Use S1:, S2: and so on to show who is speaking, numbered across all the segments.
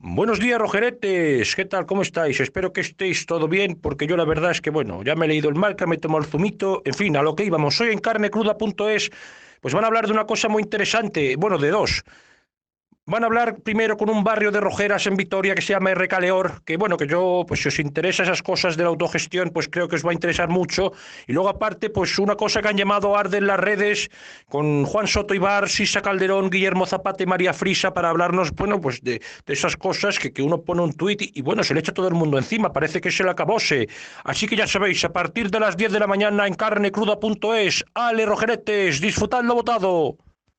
S1: Buenos días, Rogeretes. ¿Qué tal? ¿Cómo estáis? Espero que estéis todo bien, porque yo la verdad es que, bueno, ya me he leído el marca, me he tomado el zumito, en fin, a lo que íbamos. Hoy en carnecruda.es, pues van a hablar de una cosa muy interesante, bueno, de dos. Van a hablar primero con un barrio de Rojeras en Vitoria que se llama Recaleor, que bueno, que yo, pues si os interesa esas cosas de la autogestión, pues creo que os va a interesar mucho. Y luego aparte, pues una cosa que han llamado Arde en las redes, con Juan Soto Ibar, Sisa Calderón, Guillermo Zapata y María Frisa, para hablarnos, bueno, pues de esas cosas que uno pone un tuit y bueno, se le echa todo el mundo encima, parece que se le acabose. Así que ya sabéis, a partir de las 10 de la mañana en carnecruda.es, Ale Rojeretes, disfrutadlo votado.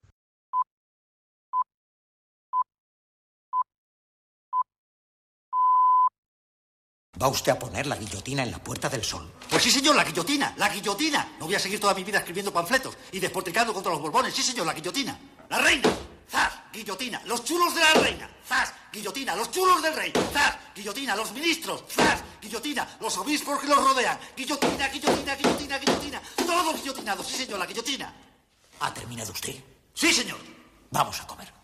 S2: ¿Va usted a poner la guillotina en la Puerta del Sol?
S3: Pues sí, señor, la guillotina, la guillotina. No voy a seguir toda mi vida escribiendo panfletos y despotricando contra los borbones. Sí, señor, la guillotina. La reina. ¡Zas! Guillotina. Los chulos de la reina. ¡Zas! Guillotina. Los chulos del rey. ¡Zas! Guillotina. Los ministros. ¡Zas! Guillotina. Los obispos que los rodean. Guillotina, guillotina, guillotina, guillotina. Todos guillotinados. Sí, señor, la guillotina.
S2: ¿Ha terminado usted?
S3: Sí, señor.
S2: Vamos a comer.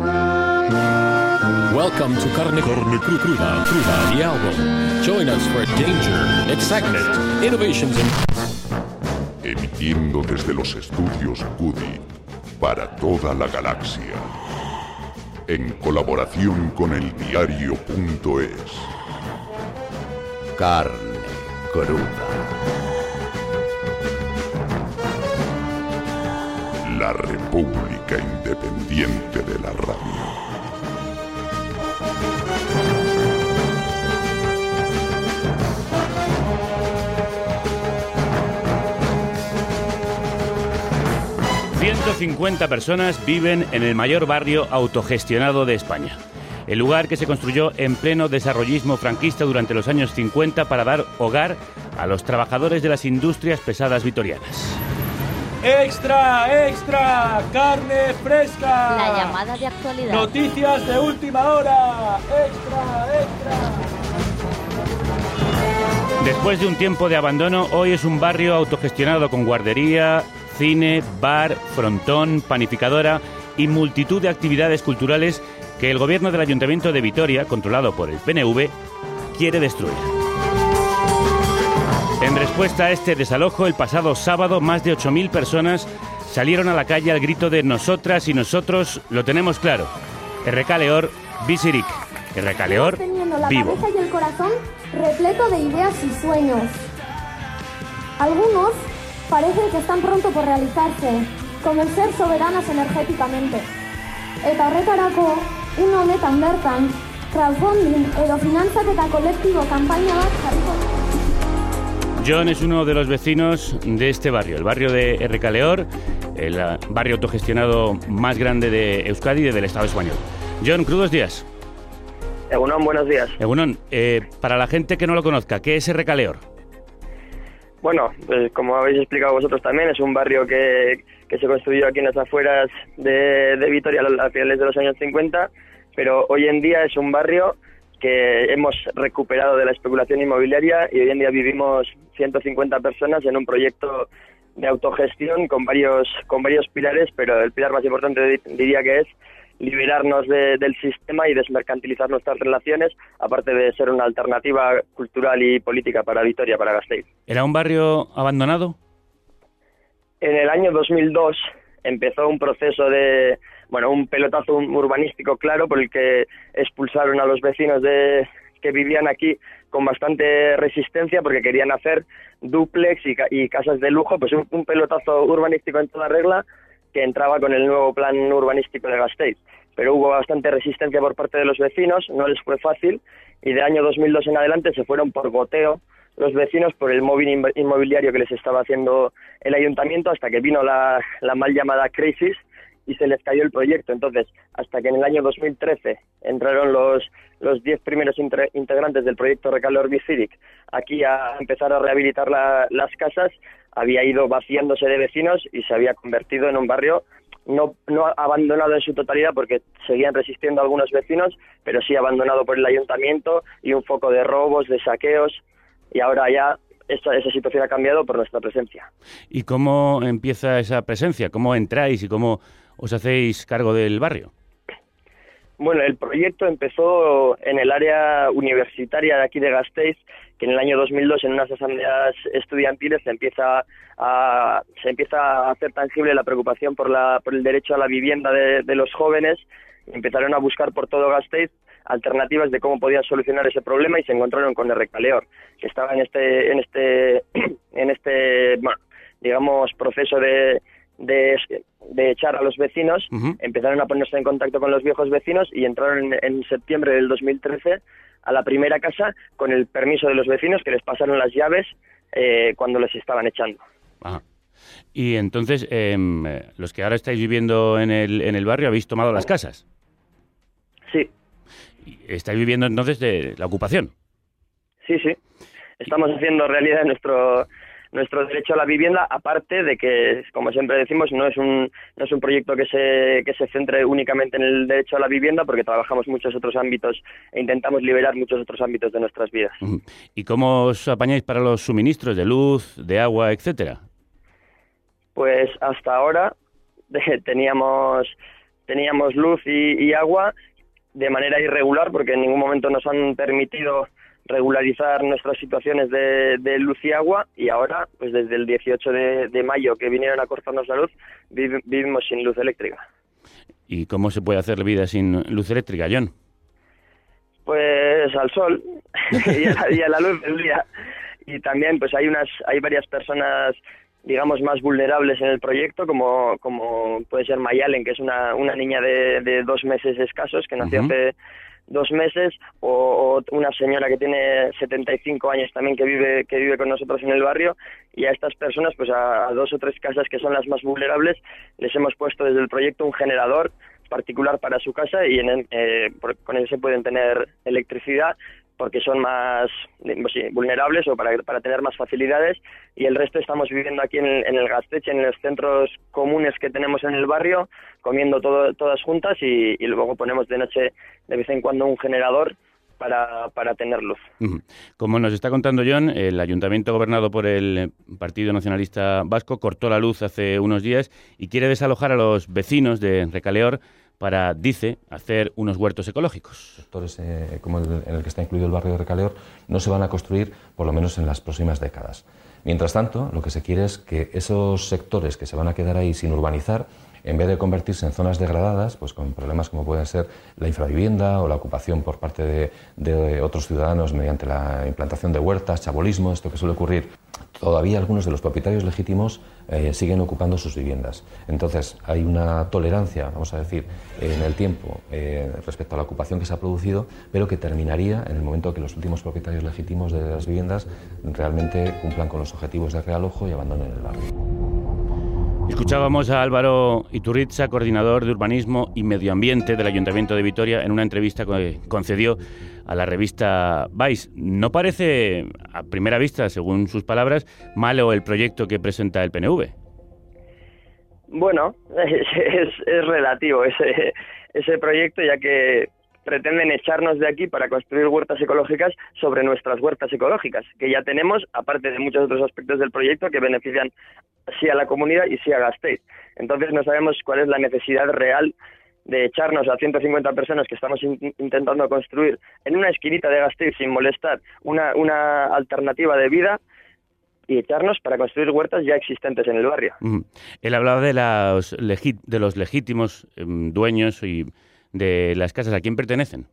S4: Welcome to Carne Cruda, the album. Join us for danger, excitement, innovations and...
S5: Emitiendo desde los estudios Cudi para toda la galaxia. En colaboración con el diario.es. Carne Cruda. La República Independiente de la Radio.
S6: ...150 personas viven en el mayor barrio autogestionado de España. El lugar que se construyó en pleno desarrollismo franquista durante los años 50 para dar hogar a los trabajadores de las industrias pesadas vitorianas.
S7: ¡Extra, extra! ¡Carne fresca!
S8: La llamada de actualidad.
S7: ¡Noticias de última hora! ¡Extra, extra!
S6: Después de un tiempo de abandono, hoy es un barrio autogestionado con guardería, cine, bar, frontón, panificadora y multitud de actividades culturales que el gobierno del Ayuntamiento de Vitoria, controlado por el PNV, quiere destruir. En respuesta a este desalojo, el pasado sábado más de 8.000 personas salieron a la calle al grito de "Nosotras y nosotros lo tenemos claro". Errekaleor bizirik. Errekaleor vivo.
S9: La cabeza y el corazón repleto de ideas y sueños. Algunos parecen que están pronto por realizarse, como el ser soberanas energéticamente. Eta horretarako, une honetan bertan, crowdfunding edo finantzaketa kolektibo kanpaina bat jarriko.
S6: John es uno de los vecinos de este barrio, el barrio de Errekaleor, el barrio autogestionado más grande de Euskadi y del Estado español. John, crudos días.
S10: Egunon, buenos días.
S6: Egunon, para la gente que no lo conozca, ¿qué es Errekaleor?
S10: Bueno, como habéis explicado vosotros también, es un barrio que se construyó aquí en las afueras de Vitoria a finales de los años 50, pero hoy en día es un barrio que hemos recuperado de la especulación inmobiliaria y hoy en día vivimos 150 personas en un proyecto de autogestión con varios pilares, pero el pilar más importante diría que es liberarnos del sistema y desmercantilizar nuestras relaciones, aparte de ser una alternativa cultural y política para Vitoria, para Gasteiz.
S6: ¿Era un barrio abandonado?
S10: En el año 2002 empezó un proceso de, un pelotazo urbanístico claro por el que expulsaron a los vecinos que vivían aquí con bastante resistencia porque querían hacer dúplex y casas de lujo, pues un pelotazo urbanístico en toda regla que entraba con el nuevo plan urbanístico de Gasteiz. Pero hubo bastante resistencia por parte de los vecinos, no les fue fácil, y de año 2002 en adelante se fueron por goteo los vecinos por el móvil inmobiliario que les estaba haciendo el ayuntamiento, hasta que vino la mal llamada crisis y se les cayó el proyecto. Entonces, hasta que en el año 2013 entraron los 10 primeros integrantes del proyecto Errekaleor bizirik aquí a empezar a rehabilitar las casas, había ido vaciándose de vecinos y se había convertido en un barrio no abandonado en su totalidad porque seguían resistiendo algunos vecinos, pero sí abandonado por el ayuntamiento y un foco de robos, de saqueos, y ahora ya esa situación ha cambiado por nuestra presencia.
S6: ¿Y cómo empieza esa presencia? ¿Cómo entráis y cómo os hacéis cargo del barrio?
S10: Bueno, el proyecto empezó en el área universitaria de aquí de Gasteiz, que en el año 2002, en unas asambleas estudiantiles, se empieza a hacer tangible la preocupación por el derecho a la vivienda de los jóvenes. Empezaron a buscar por todo Gasteiz alternativas de cómo podían solucionar ese problema y se encontraron con el Recaleor, que estaba en este bueno, digamos, proceso de echar a los vecinos. Empezaron a ponerse en contacto con los viejos vecinos y entraron en septiembre del 2013 a la primera casa con el permiso de los vecinos, que les pasaron las llaves cuando les estaban echando.
S6: Ajá. Y entonces, los que ahora estáis viviendo en el barrio, ¿habéis tomado las casas?
S10: Sí.
S6: ¿Estáis viviendo entonces de la ocupación?
S10: Sí. Estamos haciendo realidad nuestro derecho a la vivienda, aparte de que, como siempre decimos, no es un proyecto que se centre únicamente en el derecho a la vivienda, porque trabajamos muchos otros ámbitos e intentamos liberar muchos otros ámbitos de nuestras vidas.
S6: ¿Y cómo os apañáis para los suministros de luz, de agua, etcétera?
S10: Pues hasta ahora teníamos luz y agua de manera irregular, porque en ningún momento nos han permitido regularizar nuestras situaciones de luz y agua, y ahora, pues desde el 18 de mayo que vinieron a cortarnos la luz, vivimos sin luz eléctrica.
S6: ¿Y cómo se puede hacer vida sin luz eléctrica, John?
S10: Pues al sol y a la luz del día. Y también pues hay varias personas, digamos, más vulnerables en el proyecto, como puede ser Mayalen, que es una niña de 2 meses escasos, que nació hace 2 meses, o una señora que tiene 75 años también, que vive con nosotros en el barrio. Y a estas personas, pues a 2 o 3 casas que son las más vulnerables, les hemos puesto desde el proyecto un generador particular para su casa, y con él se pueden tener electricidad, porque son más vulnerables, o para tener más facilidades. Y el resto estamos viviendo aquí en el Gasteiz, en los centros comunes que tenemos en el barrio, comiendo todas juntas, y luego ponemos de noche de vez en cuando un generador para tener luz.
S6: Como nos está contando John, el ayuntamiento gobernado por el Partido Nacionalista Vasco cortó la luz hace unos días y quiere desalojar a los vecinos de Recaleor para, dice, hacer unos huertos ecológicos.
S8: Sectores como en el que está incluido el barrio de Recaleor no se van a construir, por lo menos en las próximas décadas. Mientras tanto, lo que se quiere es que esos sectores que se van a quedar ahí sin urbanizar, en vez de convertirse en zonas degradadas, pues con problemas como pueden ser la infravivienda o la ocupación por parte de otros ciudadanos mediante la implantación de huertas, chabolismo, esto que suele ocurrir, todavía algunos de los propietarios legítimos siguen ocupando sus viviendas. Entonces hay una tolerancia, vamos a decir, en el tiempo respecto a la ocupación que se ha producido, pero que terminaría en el momento que los últimos propietarios legítimos de las viviendas realmente cumplan con los objetivos de realojo y abandonen el barrio.
S6: Escuchábamos a Álvaro Iturritza, coordinador de Urbanismo y Medio Ambiente del Ayuntamiento de Vitoria, en una entrevista que concedió a la revista Vice. No parece, a primera vista, según sus palabras, malo el proyecto que presenta el PNV.
S10: Bueno, es relativo ese proyecto, ya que pretenden echarnos de aquí para construir huertas ecológicas sobre nuestras huertas ecológicas, que ya tenemos, aparte de muchos otros aspectos del proyecto que benefician sí a la comunidad y sí a Gasteiz. Entonces no sabemos cuál es la necesidad real de echarnos a 150 personas que estamos intentando construir en una esquinita de Gasteiz sin molestar una alternativa de vida, y echarnos para construir huertas ya existentes en el barrio.
S6: Él hablaba de los legítimos dueños y de las casas. ¿A quién pertenecen?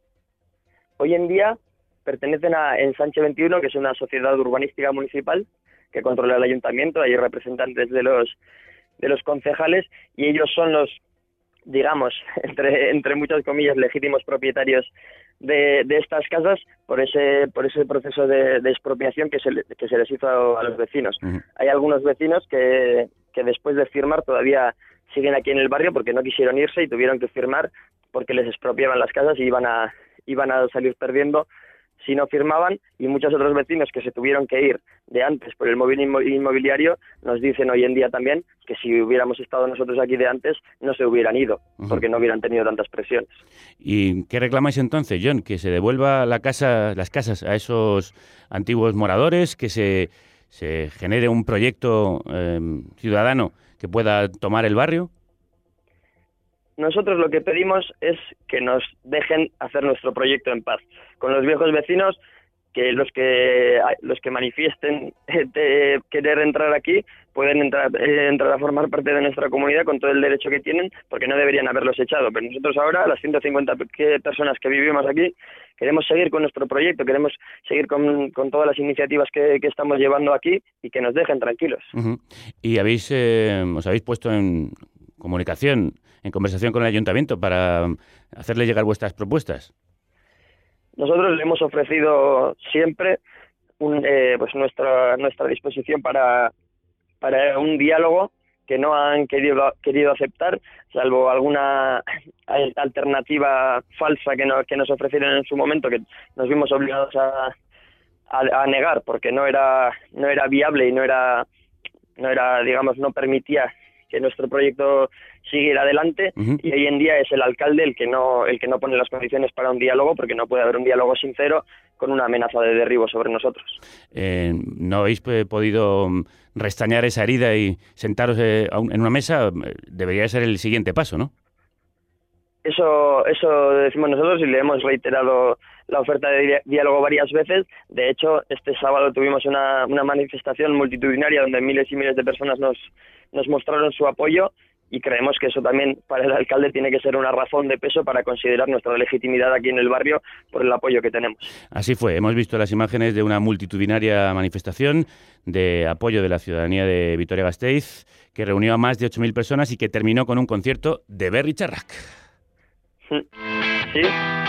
S10: Hoy en día pertenecen a Ensanche 21, que es una sociedad urbanística municipal que controla el ayuntamiento. Hay representantes de los concejales, y ellos son los, digamos, entre muchas comillas, legítimos propietarios de estas casas por ese proceso de expropiación que se les hizo a los vecinos. Hay algunos vecinos que después de firmar todavía siguen aquí en el barrio porque no quisieron irse y tuvieron que firmar porque les expropiaban las casas y iban a salir perdiendo si no firmaban. Y muchos otros vecinos que se tuvieron que ir de antes por el movimiento inmobiliario nos dicen hoy en día también que si hubiéramos estado nosotros aquí de antes no se hubieran ido, porque no hubieran tenido tantas presiones. ¿Y qué reclamáis entonces, John? ¿Que se devuelva las casas a esos antiguos moradores? ¿Que se genere un proyecto ciudadano que pueda tomar el barrio? nosotros lo que pedimos es que nos dejen hacer nuestro proyecto en paz. Con los viejos vecinos, que los que manifiesten querer entrar aquí pueden entrar a formar parte de nuestra comunidad con todo el derecho que tienen, porque no deberían haberlos echado. Pero nosotros ahora, las 150 personas que vivimos aquí, queremos seguir con nuestro proyecto, queremos seguir con todas las iniciativas que estamos llevando aquí y que nos dejen tranquilos.
S6: ¿Y os habéis puesto en comunicación, en conversación con el ayuntamiento para hacerle llegar vuestras propuestas?
S10: Nosotros le hemos ofrecido siempre pues nuestra disposición para un diálogo que no han querido aceptar, salvo alguna alternativa falsa que nos ofrecieron en su momento, que nos vimos obligados a negar porque no era viable y no era digamos, no permitía que nuestro proyecto siguiera adelante. Y hoy en día es el alcalde el que no pone las condiciones para un diálogo, porque no puede haber un diálogo sincero con una amenaza de derribo sobre nosotros.
S6: ¿No habéis podido restañar esa herida y sentaros en una mesa? Debería ser el siguiente paso, ¿no?
S10: Eso decimos nosotros y le hemos reiterado la oferta de diálogo varias veces. De hecho, este sábado tuvimos una manifestación multitudinaria donde miles y miles de personas nos mostraron su apoyo, y creemos que eso también para el alcalde tiene que ser una razón de peso para considerar nuestra legitimidad aquí en el barrio por el apoyo que tenemos.
S6: Así fue, hemos visto las imágenes de una multitudinaria manifestación de apoyo de la ciudadanía de Vitoria-Gasteiz que reunió a más de 8.000 personas y que terminó con un concierto de Berri Charrac.
S10: Sí.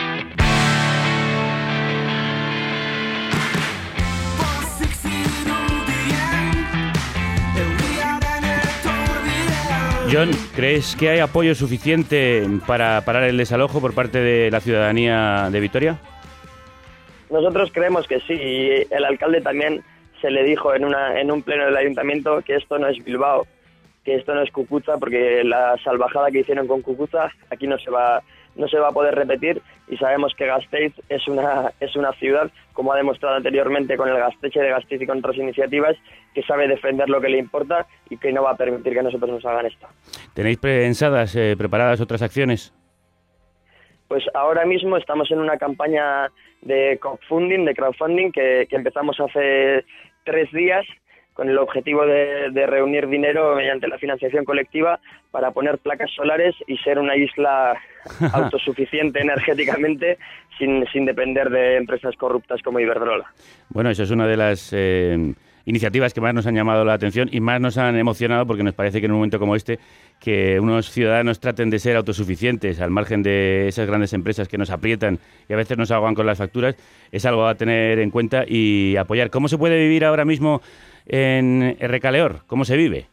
S6: John, ¿crees que hay apoyo suficiente para parar el desalojo por parte de la ciudadanía de Vitoria?
S10: Nosotros creemos que sí, y el alcalde también se le dijo en un pleno del ayuntamiento que esto no es Bilbao, que esto no es Cucuza, porque la salvajada que hicieron con Cucuza aquí no se va a poder repetir, y sabemos que Gasteiz es una ciudad, como ha demostrado anteriormente con el Gaztetxe de Gasteiz y con otras iniciativas, que sabe defender lo que le importa y que no va a permitir que nosotros nos hagan esto.
S6: ¿Tenéis preparadas otras acciones?
S10: Pues ahora mismo estamos en una campaña de crowdfunding, que empezamos hace 3 días, con el objetivo de reunir dinero mediante la financiación colectiva para poner placas solares y ser una isla autosuficiente energéticamente sin depender de empresas corruptas como Iberdrola.
S6: Bueno, eso es una de las iniciativas que más nos han llamado la atención y más nos han emocionado, porque nos parece que en un momento como este, que unos ciudadanos traten de ser autosuficientes al margen de esas grandes empresas que nos aprietan y a veces nos ahogan con las facturas, es algo a tener en cuenta y apoyar. ¿Cómo se puede vivir ahora mismo en Recaleor? ¿Cómo se vive?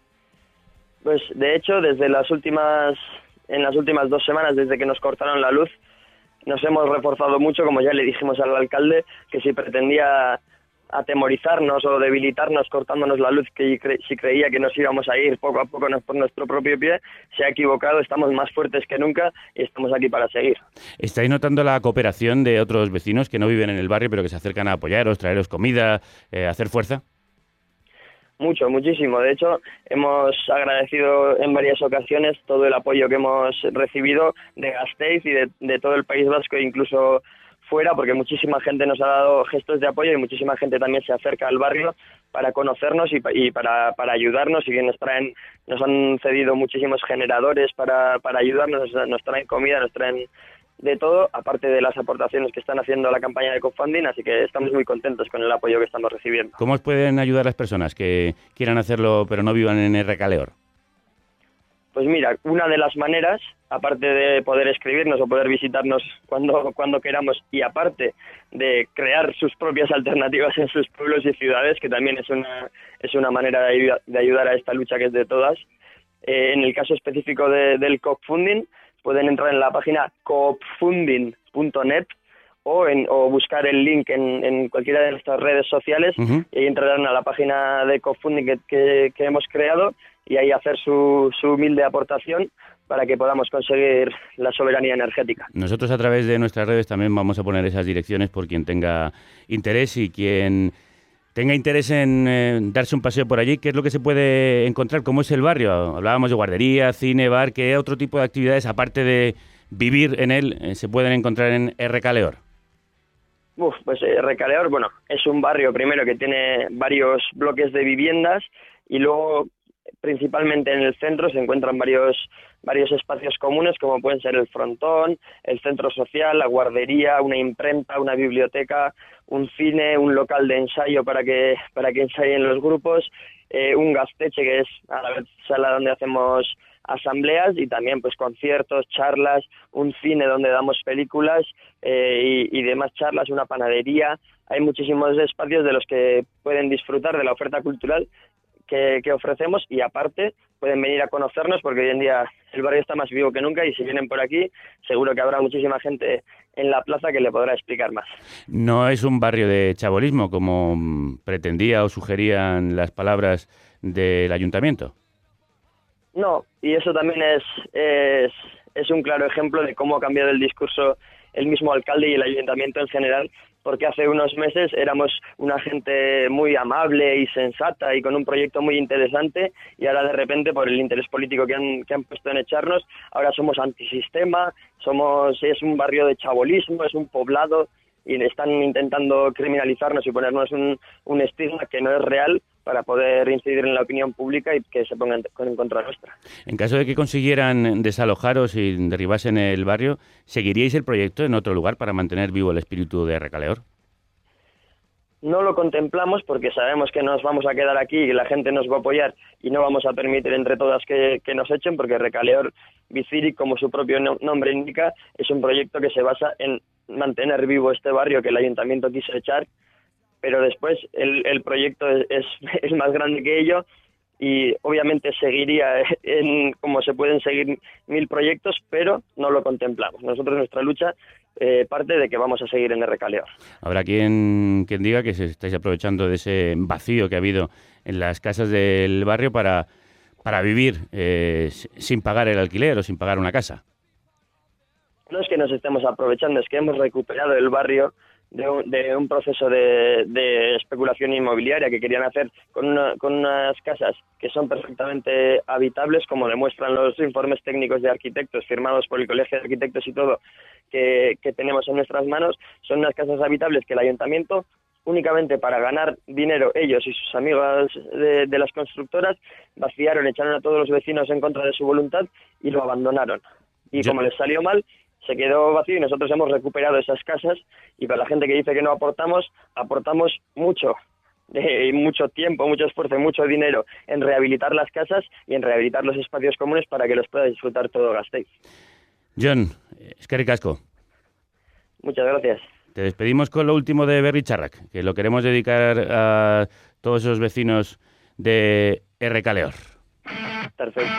S10: Pues de hecho, en las últimas 2 semanas, desde que nos cortaron la luz, nos hemos reforzado mucho, como ya le dijimos al alcalde, que si pretendía atemorizarnos o debilitarnos cortándonos la luz, si creía que nos íbamos a ir poco a poco por nuestro propio pie, se ha equivocado. Estamos más fuertes que nunca y estamos aquí para seguir.
S6: ¿Estáis notando la cooperación de otros vecinos que no viven en el barrio pero que se acercan a apoyaros, traeros comida, hacer fuerza?
S10: Muchísimo. De hecho, hemos agradecido en varias ocasiones todo el apoyo que hemos recibido de Gasteiz y de todo el País Vasco, incluso fuera, porque muchísima gente nos ha dado gestos de apoyo y muchísima gente también se acerca al barrio para conocernos y para ayudarnos, y que nos han cedido muchísimos generadores para ayudarnos, nos traen comida, nos traen de todo, aparte de las aportaciones que están haciendo a la campaña de crowdfunding, así que estamos muy contentos con el apoyo que estamos recibiendo.
S6: ¿Cómo os pueden ayudar las personas que quieran hacerlo pero no vivan en Recaleor?
S10: Pues mira, una de las maneras, aparte de poder escribirnos o poder visitarnos cuando queramos, y aparte de crear sus propias alternativas en sus pueblos y ciudades, que también es una manera de ayudar a esta lucha que es de todas, en el caso específico del crowdfunding, pueden entrar en la página coopfunding.net o buscar el link en cualquiera de nuestras redes sociales, y ahí entrarán a la página de crowdfunding que hemos creado, y ahí hacer su humilde aportación para que podamos conseguir la soberanía energética.
S6: Nosotros a través de nuestras redes también vamos a poner esas direcciones por quien tenga interés y quien tenga interés en darse un paseo por allí, ¿qué es lo que se puede encontrar? ¿Cómo es el barrio? Hablábamos de guardería, cine, bar, ¿qué otro tipo de actividades, aparte de vivir en él, se pueden encontrar en Errekaleor?
S10: Pues Errekaleor, bueno, es un barrio primero que tiene varios bloques de viviendas y luego principalmente en el centro se encuentran varios espacios comunes como pueden ser el frontón, el centro social, la guardería, una imprenta, una biblioteca, un cine, un local de ensayo para que ensayen los grupos, un gasteche que es a la vez sala donde hacemos asambleas y también pues conciertos, charlas, un cine donde damos películas y demás charlas, una panadería. Hay muchísimos espacios de los que pueden disfrutar de la oferta cultural que ofrecemos y aparte pueden venir a conocernos porque hoy en día el barrio está más vivo que nunca y si vienen por aquí seguro que habrá muchísima gente en la plaza que le podrá explicar más. No es un barrio de chabolismo como pretendía o sugerían las palabras del ayuntamiento. No, y eso también es un claro ejemplo de cómo ha cambiado el discurso el mismo alcalde y el ayuntamiento en general, porque hace unos meses éramos una gente muy amable y sensata y con un proyecto muy interesante y ahora de repente por el interés político que han puesto en echarnos, ahora somos antisistema, es un barrio de chabolismo, es un poblado y están intentando criminalizarnos y ponernos un estigma que no es real para poder incidir en la opinión pública y que se pongan en contra nuestra. En caso de que consiguieran desalojaros y derribasen el barrio, ¿seguiríais el proyecto en otro lugar para mantener vivo el espíritu de Errekaleor? No lo contemplamos porque sabemos que nos vamos a quedar aquí y que la gente nos va a apoyar y no vamos a permitir entre todas que nos echen porque Errekaleor Bizirik, como su propio nombre indica, es un proyecto que se basa en mantener vivo este barrio que el ayuntamiento quiso echar, pero después el proyecto es más grande que ello y obviamente seguiría como se pueden seguir 1000 proyectos, pero no lo contemplamos. Nosotros nuestra lucha parte de que vamos a seguir en Errekaleor. Habrá quien diga que se estáis aprovechando de ese vacío que ha habido en las casas del barrio para vivir sin pagar el alquiler o sin pagar una casa. No es que nos estemos aprovechando, es que hemos recuperado el barrio de un proceso de especulación inmobiliaria que querían hacer con unas casas que son perfectamente habitables, como demuestran los informes técnicos de arquitectos firmados por el Colegio de Arquitectos y todo que tenemos en nuestras manos. Son unas casas habitables que el ayuntamiento, únicamente para ganar dinero ellos y sus amigos de las constructoras, vaciaron, echaron a todos los vecinos en contra de su voluntad y lo abandonaron. Y como les salió mal, se quedó vacío y nosotros hemos recuperado esas casas y para la gente que dice que no aportamos mucho, mucho tiempo, mucho esfuerzo y mucho dinero en rehabilitar las casas y en rehabilitar los espacios comunes para que los pueda disfrutar todo Gasteiz. Jon, eskerrik asko. Muchas gracias. Te despedimos con lo último de Berri Txarrak, que lo queremos dedicar a todos esos vecinos de Errekaleor. Perfecto.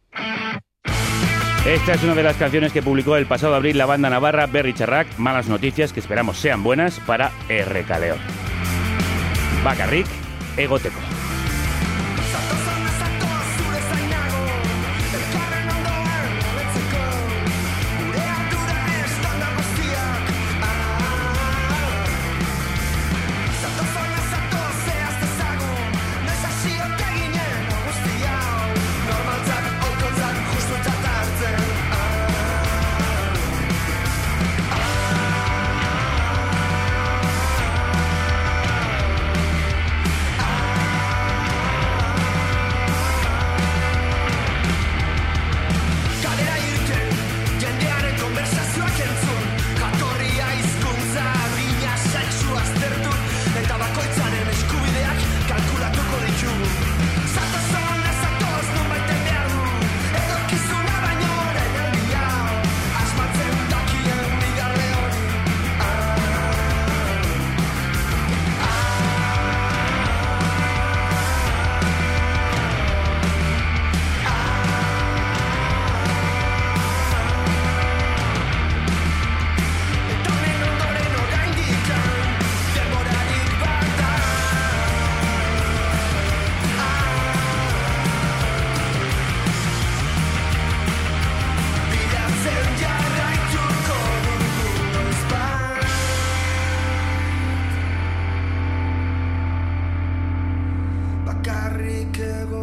S10: Esta es una de las canciones que publicó el pasado abril la banda navarra Berri Txarrak, malas noticias que esperamos sean buenas para Errekaleor. Bakarrik, egoteko.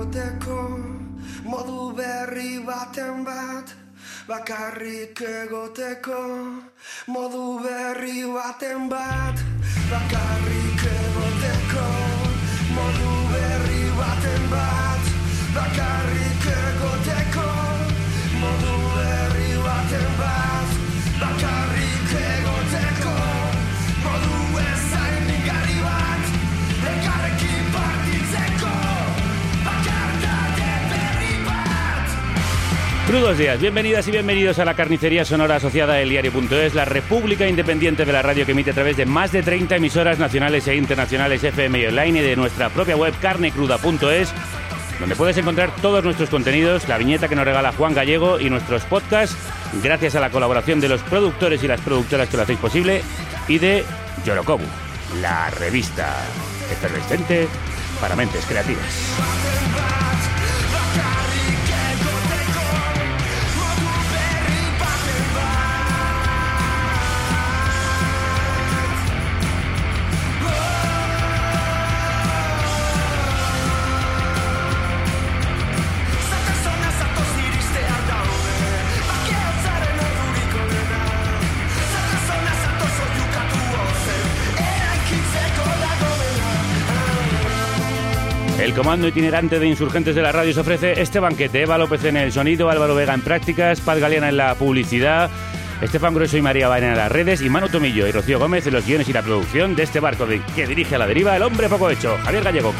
S11: egoteko modu berri baten bat, bakarrik egoteko modu berri baten bat, bakarrik egoteko modu berri baten bat, bakarrik egoteko modu berri baten bat, bakarrik egoteko modu ezain mingarri bat, elkarrekin partitzeko bakartate berri bat.
S6: Crudos días, bienvenidas y bienvenidos a la carnicería sonora asociada a eldiario.es, la república independiente de la radio que emite a través de más de 30 emisoras nacionales e internacionales FM y online, y de nuestra propia web carnecruda.es, donde puedes encontrar todos nuestros contenidos, la viñeta que nos regala Juan Gallego y nuestros podcasts, gracias a la colaboración de los productores y las productoras que lo hacéis posible, y de Yorokobu, la revista efervescente para mentes creativas. El comando itinerante de insurgentes de la radio se ofrece este banquete. Eva López en el sonido, Álvaro Vega en prácticas, Paz Galeana en la publicidad, Estefan Grueso y María Baena en las redes, y Manu Tomillo y Rocío Gómez en los guiones y la producción de este barco que dirige a la deriva el hombre poco hecho, Javier Gallego.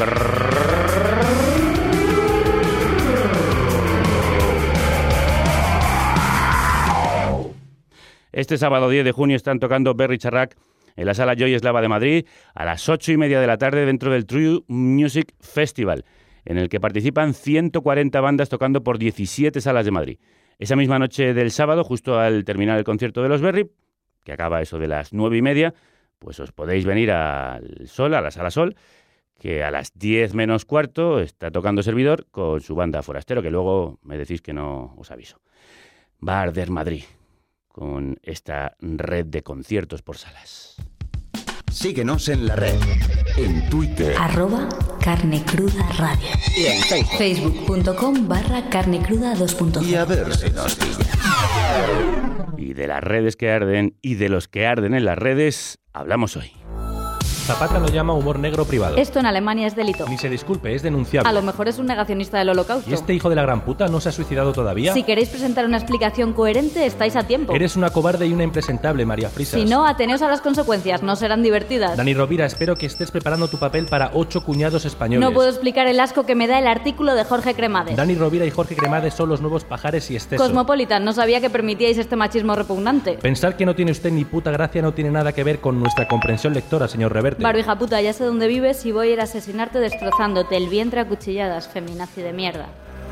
S6: Este sábado 10 de junio están tocando Berry Charrac en la Sala Joy Eslava de Madrid a las 8:30 de la tarde dentro del True Music Festival, en el que participan 140 bandas tocando por 17 salas de Madrid. Esa misma noche del sábado, justo al terminar el concierto de los Berry, que acaba eso de las 9:30, pues os podéis venir al Sol, a la Sala Sol, que a las 10 menos cuarto está tocando Servidor con su banda Forastero, que luego me decís que no os aviso. Va a arder Madrid con esta red de conciertos por salas.
S2: Síguenos en la red. En Twitter.
S12: @carnecrudaradio.
S2: Y en Facebook.
S12: Facebook.com/carnecruda2.0.
S2: Y a ver si nos pilla.
S6: Y de las redes que arden y de los que arden en las redes, hablamos hoy.
S13: Zapata lo llama humor negro privado.
S14: Esto en Alemania es delito.
S13: Ni se disculpe, es denunciable.
S14: A lo mejor es un negacionista del holocausto.
S13: ¿Y este hijo de la gran puta no se ha suicidado todavía?
S14: Si queréis presentar una explicación coherente, estáis a tiempo.
S13: Eres una cobarde y una impresentable, María Frisas.
S14: Si no, ateneos a las consecuencias, no serán divertidas.
S13: Dani Rovira, espero que estés preparando tu papel para 8 cuñados españoles.
S14: No puedo explicar el asco que me da el artículo de Jorge Cremades.
S13: Dani Rovira y Jorge Cremades son los nuevos Pajares y Esteso.
S14: Cosmopolitan, no sabía que permitíais este machismo repugnante.
S13: Pensar que no tiene usted ni puta gracia no tiene nada que ver con nuestra comprensión lectora, señor Reverte.
S14: Barbija puta, ya sé dónde vives y voy a ir a asesinarte destrozándote el vientre a cuchilladas, feminazi de mierda.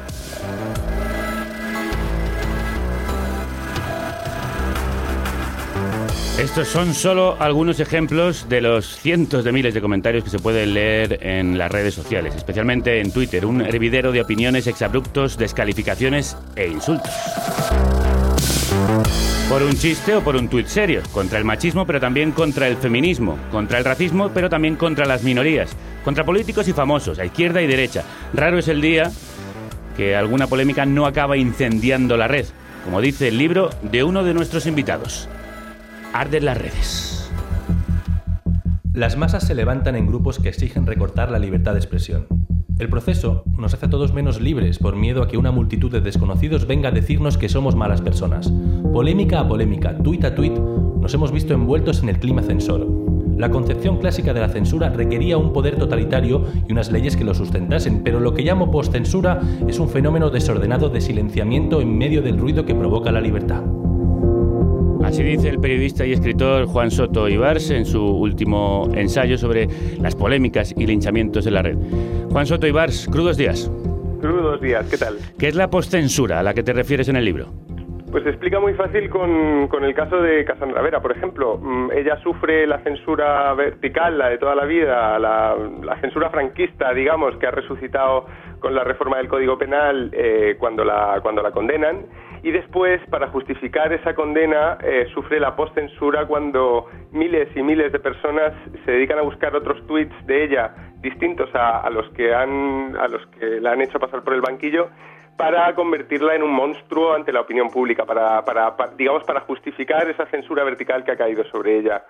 S6: Estos son solo algunos ejemplos de los cientos de miles de comentarios que se pueden leer en las redes sociales, especialmente en Twitter, un hervidero de opiniones, exabruptos, descalificaciones e insultos. Por un chiste o por un tuit serio, contra el machismo pero también contra el feminismo, contra el racismo pero también contra las minorías, contra políticos y famosos, a izquierda y derecha. Raro es el día que alguna polémica no acaba incendiando la red, como dice el libro de uno de nuestros invitados. Arden las redes.
S13: Las masas se levantan en grupos que exigen recortar la libertad de expresión. El proceso nos hace a todos menos libres por miedo a que una multitud de desconocidos venga a decirnos que somos malas personas. Polémica a polémica, tuit a tuit, nos hemos visto envueltos en el clima censor. La concepción clásica de la censura requería un poder totalitario y unas leyes que lo sustentasen, pero lo que llamo postcensura es un fenómeno desordenado de silenciamiento en medio del ruido que provoca la libertad.
S6: Así dice el periodista y escritor Juan Soto Ibars en su último ensayo sobre las polémicas y linchamientos en la red. Juan Soto Ibars, crudos días.
S15: Crudos días, ¿qué tal?
S6: ¿Qué es la postcensura a la que te refieres en el libro?
S12: Pues se explica muy fácil con el caso de Cassandra Vera, por ejemplo. Ella sufre la censura vertical, la de toda la vida, la censura franquista, digamos, que ha resucitado con la reforma del Código Penal cuando la condenan. Y después, para justificar esa condena, sufre la postcensura cuando miles y miles de personas se dedican a buscar otros tweets de ella distintos a los que la han hecho pasar por el banquillo, para convertirla en un monstruo ante la opinión pública, para justificar esa censura vertical que ha caído sobre ella.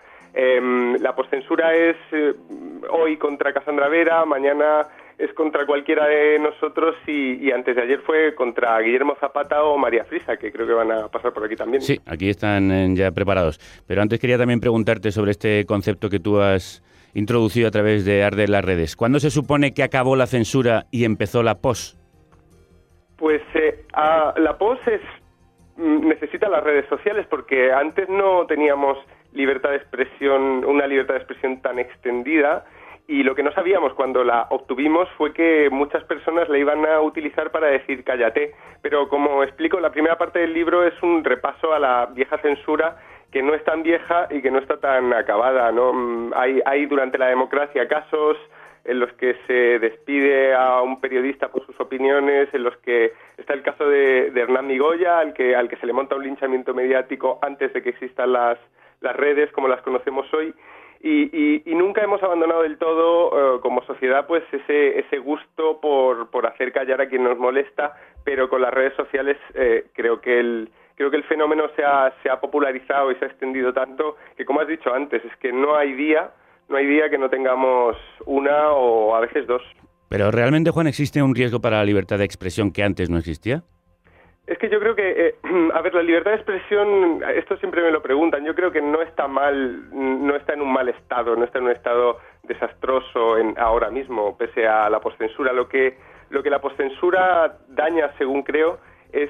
S12: La postcensura es hoy contra Cassandra Vera, mañana es contra cualquiera de nosotros y antes de ayer fue contra Guillermo Zapata o María Frisa, que creo que van a pasar por aquí también.
S6: Sí, aquí están ya preparados. Pero antes quería también preguntarte sobre este concepto que tú has introducido a través de Arder las redes. ¿Cuándo se supone que acabó la censura y empezó la pos?
S12: Pues la pos necesita las redes sociales, porque antes no teníamos libertad de expresión, una libertad de expresión tan extendida, y lo que no sabíamos cuando la obtuvimos fue que muchas personas la iban a utilizar para decir cállate. Pero como explico, la primera parte del libro es un repaso a la vieja censura, que no es tan vieja y que no está tan acabada, ¿no? Hay durante la democracia casos en los que se despide a un periodista por sus opiniones, en los que está el caso de Hernán Migoya, al que se le monta un linchamiento mediático antes de que existan las redes como las conocemos hoy, y nunca hemos abandonado del todo como sociedad pues ese gusto por hacer callar a quien nos molesta, pero con las redes sociales creo que el fenómeno se ha popularizado y se ha extendido tanto que, como has dicho antes, es que no hay día que no tengamos una o a veces dos.
S6: Pero ¿realmente, Juan, existe un riesgo para la libertad de expresión que antes no existía?
S12: Es que yo creo que, la libertad de expresión, esto siempre me lo preguntan, yo creo que no está mal, no está en un mal estado, no está en un estado desastroso ahora mismo, pese a la postcensura. Lo que la postcensura daña, según creo, es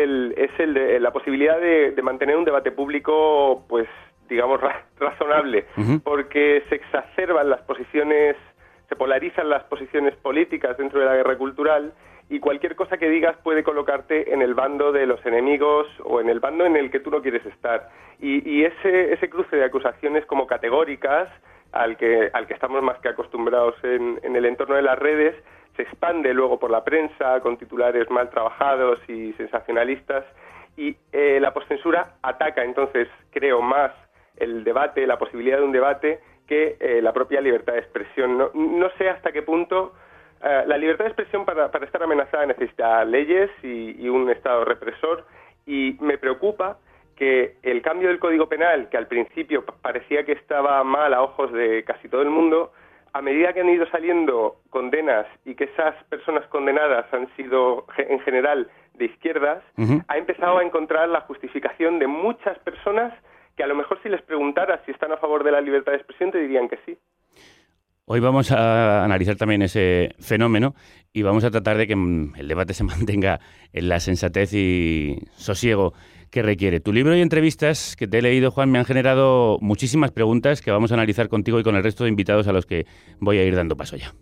S12: la posibilidad de mantener un debate público, pues, digamos, razonable, porque se exacerban las posiciones, se polarizan las posiciones políticas dentro de la guerra cultural, y cualquier cosa que digas puede colocarte en el bando de los enemigos o en el bando en el que tú no quieres estar. Y ese cruce de acusaciones como categóricas, al que estamos más que acostumbrados en el entorno de las redes, se expande luego por la prensa con titulares mal trabajados y sensacionalistas, y la postcensura ataca entonces, creo, más el debate, la posibilidad de un debate, que la propia libertad de expresión. No sé hasta qué punto la libertad de expresión para estar amenazada necesita leyes y un Estado represor, y me preocupa que el cambio del Código Penal, que al principio parecía que estaba mal a ojos de casi todo el mundo, a medida que han ido saliendo condenas y que esas personas condenadas han sido en general de izquierdas, ha empezado a encontrar la justificación de muchas personas que a lo mejor si les preguntaras si están a favor de la libertad de expresión te dirían que sí.
S6: Hoy vamos a analizar también ese fenómeno y vamos a tratar de que el debate se mantenga en la sensatez y sosiego que requiere. Tu libro y entrevistas que te he leído, Juan, me han generado muchísimas preguntas que vamos a analizar contigo y con el resto de invitados a los que voy a ir dando paso ya.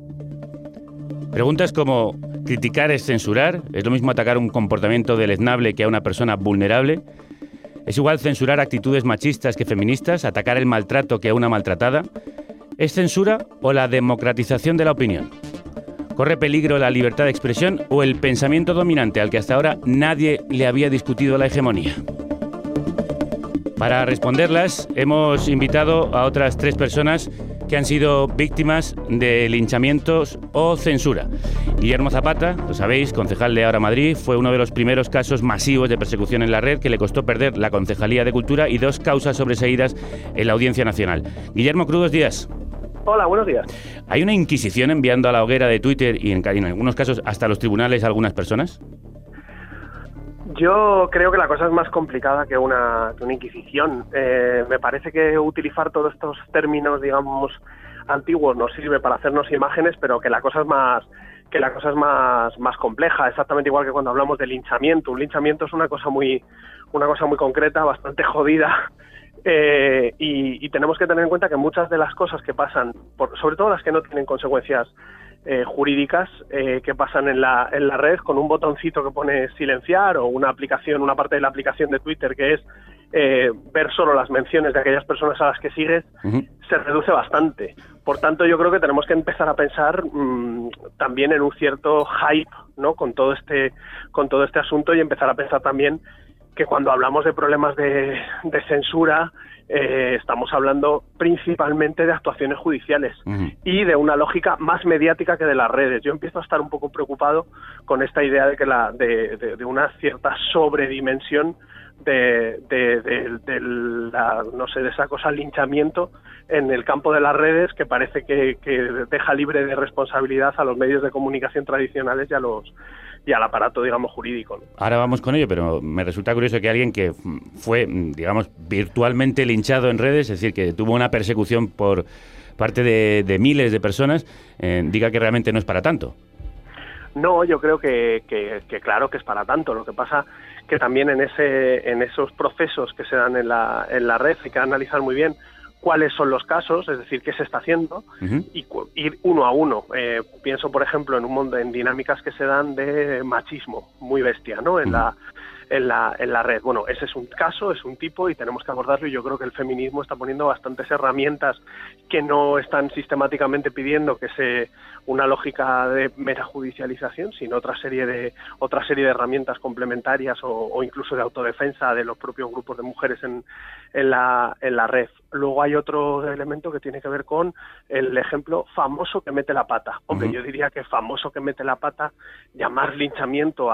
S6: Preguntas como: ¿criticar es censurar? ¿Es lo mismo atacar un comportamiento deleznable que a una persona vulnerable? ¿Es igual censurar actitudes machistas que feministas? ¿Atacar el maltrato que a una maltratada? ¿Es censura o la democratización de la opinión? ¿Corre peligro la libertad de expresión o el pensamiento dominante al que hasta ahora nadie le había discutido la hegemonía? Para responderlas, hemos invitado a otras 3 personas que han sido víctimas de linchamientos o censura. Guillermo Zapata, lo sabéis, concejal de Ahora Madrid, fue uno de los primeros casos masivos de persecución en la red que le costó perder la Concejalía de Cultura y 2 causas sobreseídas en la Audiencia Nacional. Guillermo, crudos días.
S15: Hola, buenos días.
S6: ¿Hay una inquisición enviando a la hoguera de Twitter y en algunos casos hasta los tribunales a algunas personas?
S15: Yo creo que la cosa es más complicada que una inquisición. Me parece que utilizar todos estos términos, digamos, antiguos nos sirve para hacernos imágenes, pero que la cosa es más compleja. Exactamente igual que cuando hablamos de linchamiento. Un linchamiento es una cosa muy concreta, bastante jodida. Y tenemos que tener en cuenta que muchas de las cosas que pasan, sobre todo las que no tienen consecuencias jurídicas que pasan en la red, con un botoncito que pone silenciar, o una parte de la aplicación de Twitter que es ver solo las menciones de aquellas personas a las que sigues, se reduce bastante. Por tanto, yo creo que tenemos que empezar a pensar también en un cierto hype, ¿no?, con todo este asunto, y empezar a pensar también que cuando hablamos de problemas de censura, estamos hablando principalmente de actuaciones judiciales y de una lógica más mediática que de las redes. Yo empiezo a estar un poco preocupado con esta idea de que de una cierta sobredimensión de esa cosa linchamiento en el campo de las redes, que parece que deja libre de responsabilidad a los medios de comunicación tradicionales y al aparato, digamos, jurídico, ¿no?
S6: Ahora vamos con ello, pero me resulta curioso que alguien que fue, digamos, virtualmente linchado en redes, es decir, que tuvo una persecución por parte de miles de personas, diga que realmente no es para tanto.
S15: No, yo creo que claro que es para tanto. Lo que pasa que también en esos procesos que se dan en la red hay que analizar muy bien cuáles son los casos, es decir, qué se está haciendo, y ir uno a uno. Pienso, por ejemplo, en dinámicas que se dan de machismo muy bestia, ¿no?, en la red. Bueno, ese es un caso, es un tipo, y tenemos que abordarlo, y yo creo que el feminismo está poniendo bastantes herramientas que no están sistemáticamente pidiendo que se una lógica de mera judicialización, sino otra serie de herramientas complementarias o incluso de autodefensa de los propios grupos de mujeres en la red. Luego hay otro elemento que tiene que ver con el ejemplo famoso que mete la pata. Hombre, yo diría que famoso que mete la pata, llamar linchamiento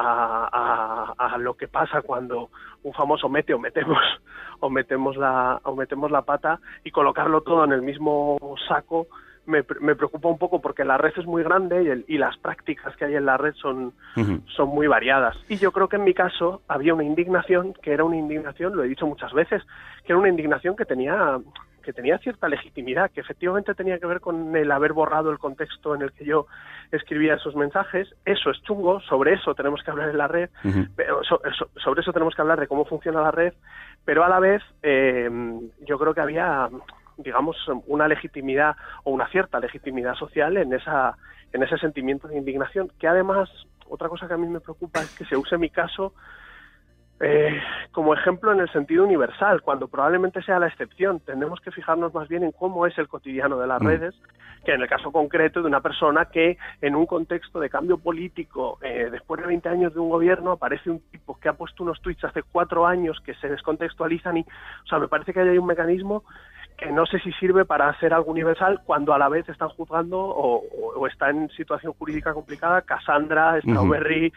S15: a lo que pasa cuando un famoso mete o metemos la pata, y colocarlo todo en el mismo saco, me preocupa un poco, porque la red es muy grande y las prácticas que hay en la red son muy variadas. Y yo creo que en mi caso había una indignación, lo he dicho muchas veces, que era una indignación que tenía cierta legitimidad, que efectivamente tenía que ver con el haber borrado el contexto en el que yo escribía esos mensajes. Eso es chungo, sobre eso tenemos que hablar en la red, pero sobre eso tenemos que hablar de cómo funciona la red, pero a la vez yo creo que había, digamos, una legitimidad o una cierta legitimidad social en ese sentimiento de indignación, que además, otra cosa que a mí me preocupa es que se use mi caso como ejemplo en el sentido universal, cuando probablemente sea la excepción. Tenemos que fijarnos más bien en cómo es el cotidiano de las redes, que en el caso concreto de una persona que en un contexto de cambio político, después de 20 años de un gobierno, aparece un tipo que ha puesto unos tweets hace 4 años que se descontextualizan, me parece que hay un mecanismo que no sé si sirve para hacer algo universal, cuando a la vez están juzgando o está en situación jurídica complicada Cassandra, Strawberry,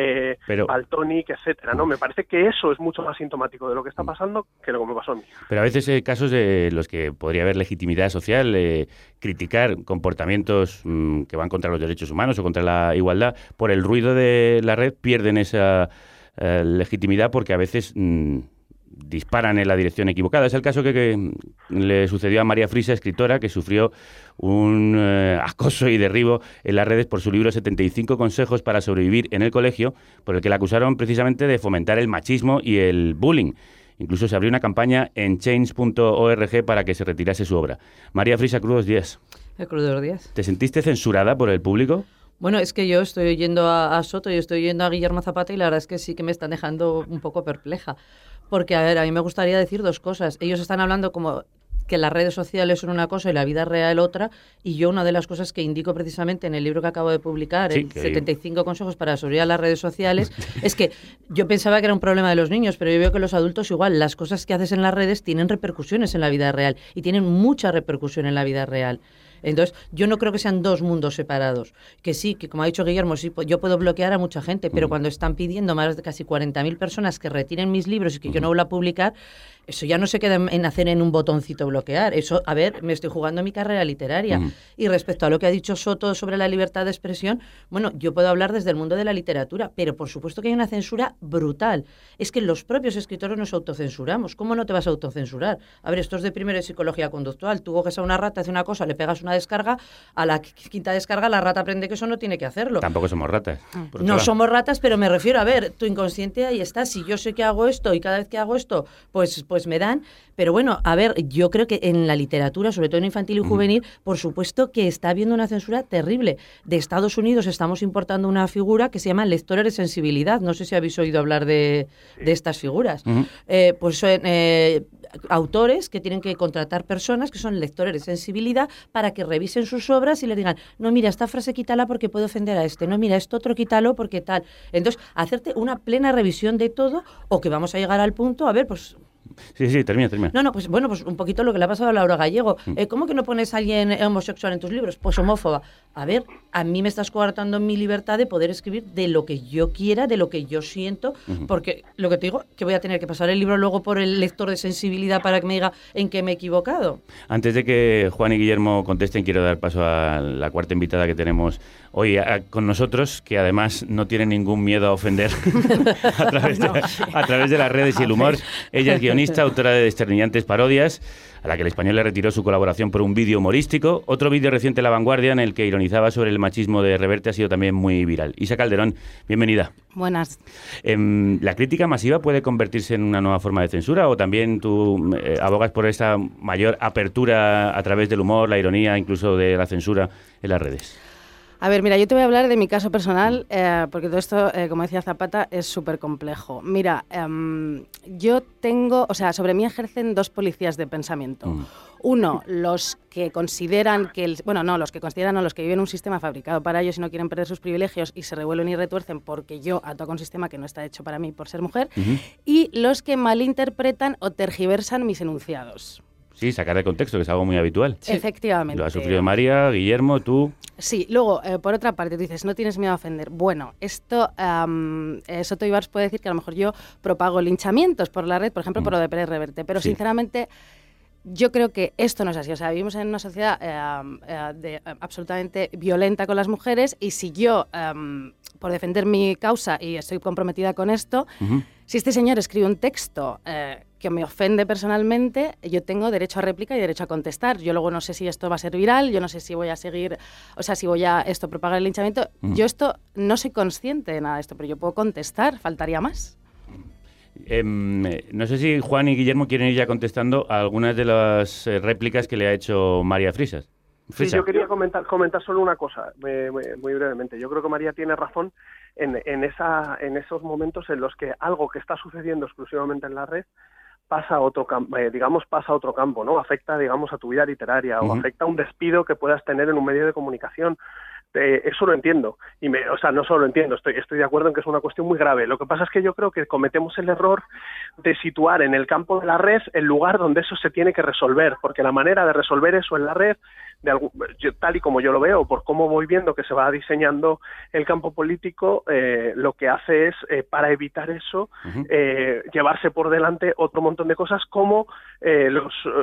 S15: Baltonic, etcétera, ¿no? Me parece que eso es mucho más sintomático de lo que está pasando que lo que me pasó a mí.
S6: Pero a veces hay casos de los que podría haber legitimidad social, criticar comportamientos que van contra los derechos humanos o contra la igualdad, por el ruido de la red pierden esa legitimidad, porque a veces disparan en la dirección equivocada. Es el caso que le sucedió a María Frisa, escritora, que sufrió un acoso y derribo en las redes por su libro 75 consejos para sobrevivir en el colegio, por el que la acusaron precisamente de fomentar el machismo y el bullying. Incluso se abrió una campaña en change.org para que se retirase su obra. María Frisa, crudos días.
S16: Crudos días.
S6: ¿Te sentiste censurada por el público?
S16: Bueno, es que yo estoy oyendo a Soto y estoy oyendo a Guillermo Zapata, y la verdad es que sí que me están dejando un poco perpleja. Porque, a ver, a mí me gustaría decir dos cosas. Ellos están hablando como que las redes sociales son una cosa y la vida real otra, y yo una de las cosas que indico precisamente en el libro que acabo de publicar, el 75 consejos para sobrevivir a las redes sociales, es que yo pensaba que era un problema de los niños, pero yo veo que los adultos igual, las cosas que haces en las redes tienen repercusiones en la vida real, y tienen mucha repercusión en la vida real. Entonces, yo no creo que sean dos mundos separados. Que sí, que como ha dicho Guillermo, sí, yo puedo bloquear a mucha gente, pero cuando están pidiendo más de casi 40.000 personas que retiren mis libros y que yo no vuelva a publicar, eso ya no se queda en hacer en un botoncito bloquear. Eso, a ver, me estoy jugando mi carrera literaria. Y respecto a lo que ha dicho Soto sobre la libertad de expresión, bueno, yo puedo hablar desde el mundo de la literatura, pero por supuesto que hay una censura brutal. Es que los propios escritores nos autocensuramos. ¿Cómo no te vas a autocensurar? A ver, esto es de primero de psicología conductual. Tú coges a una rata, hace una cosa, le pegas una descarga, a la quinta descarga la rata aprende que eso no tiene que hacerlo.
S6: Tampoco somos ratas.
S16: No somos ratas, pero me refiero, a ver, tu inconsciente ahí está. Si yo sé que hago esto y cada vez que hago esto, pues pues me dan. Pero bueno, a ver, yo creo que en la literatura, sobre todo en infantil y juvenil, por supuesto que está habiendo una censura terrible. De Estados Unidos estamos importando una figura que se llama lectores de sensibilidad. No sé si habéis oído hablar de estas figuras. Pues son autores que tienen que contratar personas que son lectores de sensibilidad para que revisen sus obras y le digan, no, mira, esta frase quítala porque puede ofender a este, no, mira, esto otro quítalo porque tal. Entonces, hacerte una plena revisión de todo, o que vamos a llegar al punto, a ver, pues...
S6: Sí, termina.
S16: No, pues bueno, pues un poquito lo que le ha pasado a Laura Gallego. ¿Cómo que no pones a alguien homosexual en tus libros? Pues homófoba. A ver, a mí me estás coartando mi libertad de poder escribir de lo que yo quiera, de lo que yo siento, porque lo que te digo, que voy a tener que pasar el libro luego por el lector de sensibilidad para que me diga en qué me he equivocado.
S6: Antes de que Juan y Guillermo contesten, quiero dar paso a la cuarta invitada que tenemos hoy con nosotros, que además no tiene ningún miedo a ofender a través de las redes y el humor. Ella es guionista, autora de desternillantes parodias, a la que el Español le retiró su colaboración por un vídeo humorístico. Otro vídeo reciente en La Vanguardia, en el que ironizaba sobre el machismo de Reverte, ha sido también muy viral. Isa Calderón, bienvenida.
S17: Buenas.
S6: ¿La crítica masiva puede convertirse en una nueva forma de censura, o también tú abogas por esa mayor apertura a través del humor, la ironía, incluso de la censura en las redes?
S17: A ver, mira, yo te voy a hablar de mi caso personal, porque todo esto, como decía Zapata, es súper complejo. Mira, yo tengo, o sea, sobre mí ejercen dos policías de pensamiento. Uno, los que consideran que, los que viven un sistema fabricado para ellos y no quieren perder sus privilegios y se revuelven y retuercen porque yo ataco un sistema que no está hecho para mí por ser mujer, y los que malinterpretan o tergiversan mis enunciados.
S6: Sí, sacar de contexto, que es algo muy habitual.
S17: Sí. Efectivamente.
S6: Lo ha sufrido María, Guillermo, tú.
S17: Sí, luego, por otra parte, tú dices, no tienes miedo a ofender. Bueno, esto, Soto Ibars puede decir que a lo mejor yo propago linchamientos por la red, por ejemplo, por lo de Pérez Reverte, pero sinceramente... Yo creo que esto no es así. O sea, vivimos en una sociedad absolutamente violenta con las mujeres, y si yo, por defender mi causa y estoy comprometida con esto, si este señor escribe un texto que me ofende personalmente, yo tengo derecho a réplica y derecho a contestar. Yo luego no sé si esto va a ser viral, yo no sé si voy a seguir, o sea, si voy a propagar el linchamiento. Yo no soy consciente de nada de esto, pero yo puedo contestar, faltaría más.
S6: No sé si Juan y Guillermo quieren ir ya contestando a algunas de las réplicas que le ha hecho María Frisas.
S15: Sí, yo quería comentar solo una cosa, muy brevemente. Yo creo que María tiene razón en esos momentos en los que algo que está sucediendo exclusivamente en la red pasa a otro campo, ¿no? Afecta, digamos, a tu vida literaria, o afecta a un despido que puedas tener en un medio de comunicación. Eso lo entiendo, no solo lo entiendo, estoy de acuerdo en que es una cuestión muy grave. Lo que pasa es que yo creo que cometemos el error de situar en el campo de la red el lugar donde eso se tiene que resolver, porque la manera de resolver eso en la red, tal y como yo lo veo, por cómo voy viendo que se va diseñando el campo político, lo que hace es, para evitar eso, llevarse por delante otro montón de cosas como el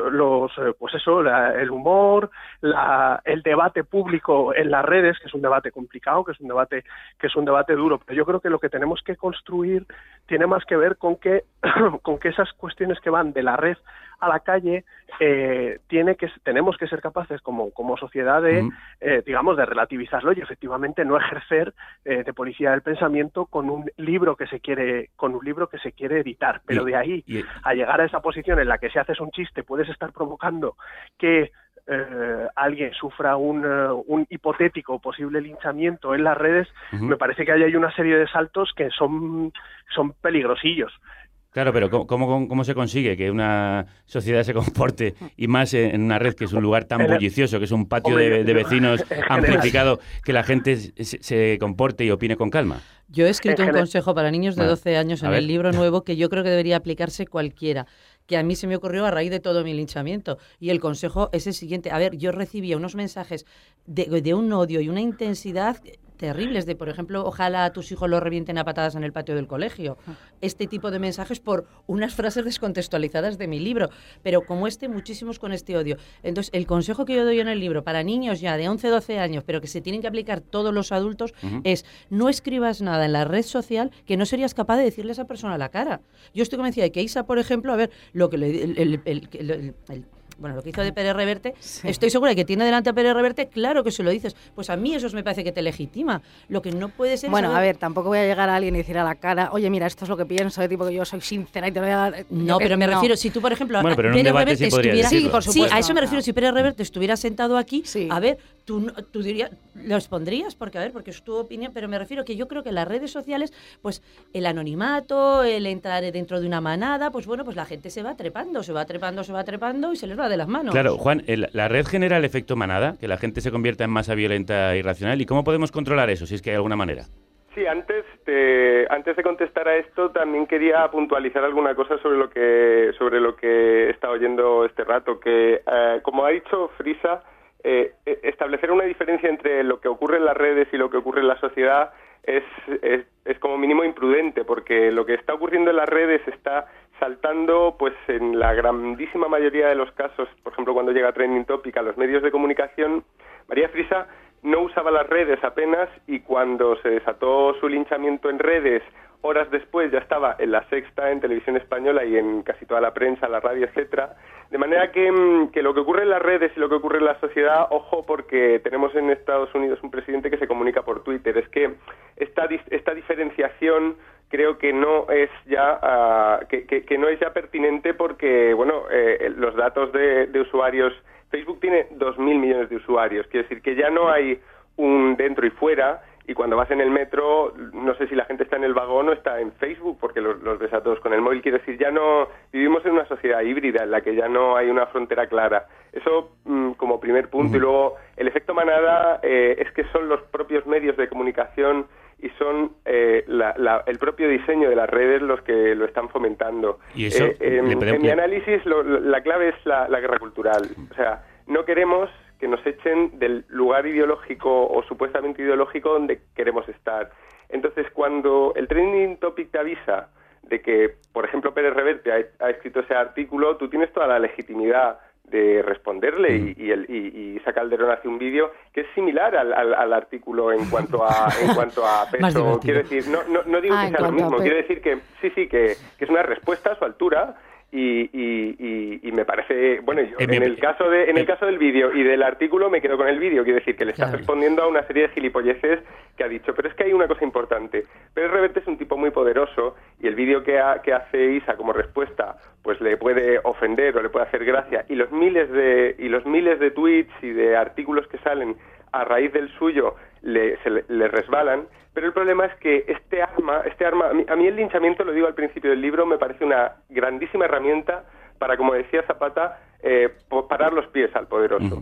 S15: humor, el debate público en las redes, que es un debate complicado, que es un debate duro. Pero yo creo que lo que tenemos que construir tiene más que ver con que esas cuestiones que van de la red a la calle, tenemos que ser capaces como sociedad de, digamos, de relativizarlo y efectivamente no ejercer de policía del pensamiento con un libro que se quiere editar. Pero de ahí a llegar a esa posición en la que si haces un chiste puedes estar provocando que alguien sufra un hipotético posible linchamiento en las redes, me parece que hay una serie de saltos que son peligrosillos.
S6: Claro, pero ¿cómo se consigue que una sociedad se comporte, y más en una red que es un lugar tan bullicioso, que es un patio de vecinos amplificado, que la gente se comporte y opine con calma?
S16: Yo he escrito un consejo para niños de 12 años en el libro nuevo que yo creo que debería aplicarse cualquiera, que a mí se me ocurrió a raíz de todo mi linchamiento. Y el consejo es el siguiente. A ver, yo recibía unos mensajes de un odio y una intensidad terribles de, por ejemplo, ojalá a tus hijos los revienten a patadas en el patio del colegio. Este tipo de mensajes por unas frases descontextualizadas de mi libro. Pero como muchísimos con este odio. Entonces, el consejo que yo doy en el libro para niños ya de 11, 12 años, pero que se tienen que aplicar todos los adultos, es no escribas nada en la red social que no serías capaz de decirle a esa persona a la cara. Yo estoy convencida de que Isa, por ejemplo, a ver, lo que lo que hizo de Pérez Reverte, estoy segura de que tiene delante a Pérez Reverte, claro que se lo dices. Pues a mí eso me parece que te legitima. Lo que no puede ser...
S17: Bueno, a ver, tampoco voy a llegar a alguien y decir a la cara, oye, mira, esto es lo que pienso, de tipo que yo soy sincera y te lo voy a dar...
S16: No, pero me refiero, si tú, por ejemplo,
S6: bueno, pero en un
S16: Pérez
S6: debate
S16: Reverte
S6: sí podría
S16: estuviera...
S6: decirlo.
S16: Sí, por supuesto. Sí, a eso me refiero, si Pérez Reverte estuviera sentado aquí, a ver, tú dirías, ¿lo expondrías? Porque, a ver, porque es tu opinión, pero me refiero que yo creo que las redes sociales, pues el anonimato, el entrar dentro de una manada, pues bueno, pues la gente se va trepando y se les va de las manos.
S6: Claro, Juan, ¿la red genera el efecto manada? Que la gente se convierta en masa violenta e irracional. ¿Y cómo podemos controlar eso, si es que hay alguna manera?
S12: Sí, antes de contestar a esto, también quería puntualizar alguna cosa sobre lo que he estado oyendo este rato, que como ha dicho Frisa, establecer una diferencia entre lo que ocurre en las redes y lo que ocurre en la sociedad es como mínimo imprudente, porque lo que está ocurriendo en las redes está saltando, pues en la grandísima mayoría de los casos, por ejemplo, cuando llega Trending Topic a los medios de comunicación, María Frisa no usaba las redes apenas, y cuando se desató su linchamiento en redes, horas después ya estaba en La Sexta, en Televisión Española y en casi toda la prensa, la radio, etcétera. De manera que lo que ocurre en las redes y lo que ocurre en la sociedad, ojo, porque tenemos en Estados Unidos un presidente que se comunica por Twitter. Es que esta diferenciación creo que no es ya que no es ya pertinente, porque bueno, los datos de usuarios, Facebook tiene 2.000 millones de usuarios, quiere decir que ya no hay un dentro y fuera, y cuando vas en el metro, no sé si la gente está en el vagón o está en Facebook, porque los ves a todos con el móvil. Quiero decir, ya no vivimos en una sociedad híbrida en la que ya no hay una frontera clara. Eso como primer punto. Y luego, el efecto manada es que son los propios medios de comunicación y son el propio diseño de las redes los que lo están fomentando.
S6: ¿Y eso?
S12: En mi análisis, la clave es la guerra cultural. O sea, no queremos que nos echen del lugar ideológico o supuestamente ideológico donde queremos estar. Entonces, cuando el Trending Topic te avisa de que, por ejemplo, Pérez Reverte ha escrito ese artículo, tú tienes toda la legitimidad de responderle, y Isa Calderón hace un vídeo que es similar al artículo en cuanto a peso. Quiero decir, no digo que sea lo mismo, quiero decir que sí, que es una respuesta a su altura. Y me parece, bueno, yo en el caso del vídeo y del artículo me quedo con el vídeo. Quiero decir que le está respondiendo a una serie de gilipolleces que ha dicho. Pero es que hay una cosa importante. Pérez Reverte es un tipo muy poderoso, y el vídeo que hace Isa como respuesta pues le puede ofender o le puede hacer gracia, y los miles de tweets y de artículos que salen a raíz del suyo le resbalan. Pero el problema es que este arma, a mí el linchamiento, lo digo al principio del libro, me parece una grandísima herramienta para, como decía Zapata, parar los pies al poderoso.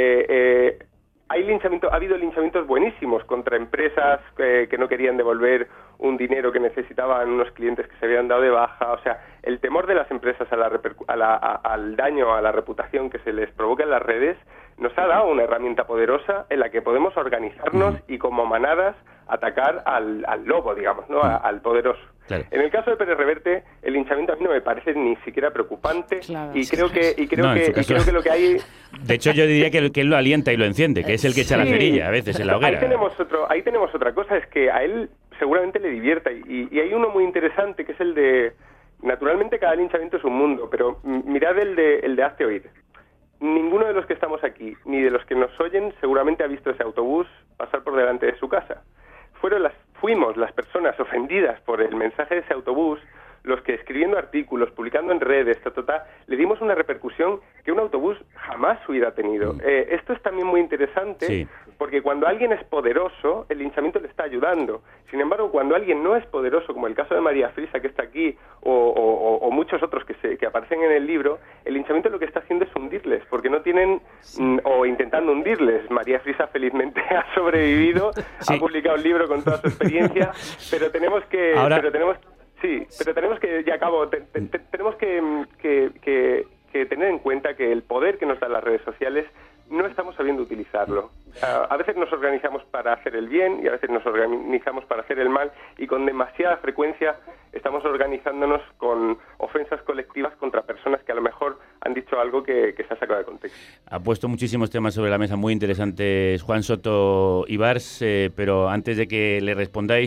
S12: Ha habido linchamientos buenísimos contra empresas que no querían devolver un dinero que necesitaban unos clientes que se habían dado de baja. O sea, el temor de las empresas al daño a la reputación que se les provoca en las redes nos ha dado una herramienta poderosa en la que podemos organizarnos y como manadas atacar al lobo, digamos, ¿no? Al poderoso. Claro. En el caso de Pérez Reverte, el linchamiento a mí no me parece ni siquiera preocupante, creo que lo que hay...
S6: De hecho, yo diría que él lo alienta y lo enciende, que es el que echa la cerilla a veces en la hoguera.
S12: Ahí tenemos otra cosa, es que a él seguramente le divierta, y hay uno muy interesante, que es el de... Naturalmente cada linchamiento es un mundo, pero mirad el de Hazte Oír. Ninguno de los que estamos aquí, ni de los que nos oyen, seguramente ha visto ese autobús pasar por delante de su casa. Fuimos las personas ofendidas por el mensaje de ese autobús los que, escribiendo artículos, publicando en redes, le dimos una repercusión que un autobús jamás hubiera tenido. Esto es también muy interesante, porque cuando alguien es poderoso, el linchamiento le está ayudando. Sin embargo, cuando alguien no es poderoso, como el caso de María Frisa, que está aquí, o muchos otros que aparecen en el libro, el linchamiento lo que está haciendo es hundirles, porque no tienen, o intentando hundirles. María Frisa felizmente ha sobrevivido, ha publicado un libro con toda su experiencia, pero tenemos que... tenemos que, ya acabo, tenemos que tener en cuenta que el poder que nos dan las redes sociales no estamos sabiendo utilizarlo. A veces nos organizamos para hacer el bien y a veces nos organizamos para hacer el mal, y con demasiada frecuencia estamos organizándonos con ofensas colectivas contra personas que a lo mejor han dicho algo que se ha sacado de contexto.
S6: Ha puesto muchísimos temas sobre la mesa muy interesantes Juan Soto Ibars, pero antes de que le respondáis,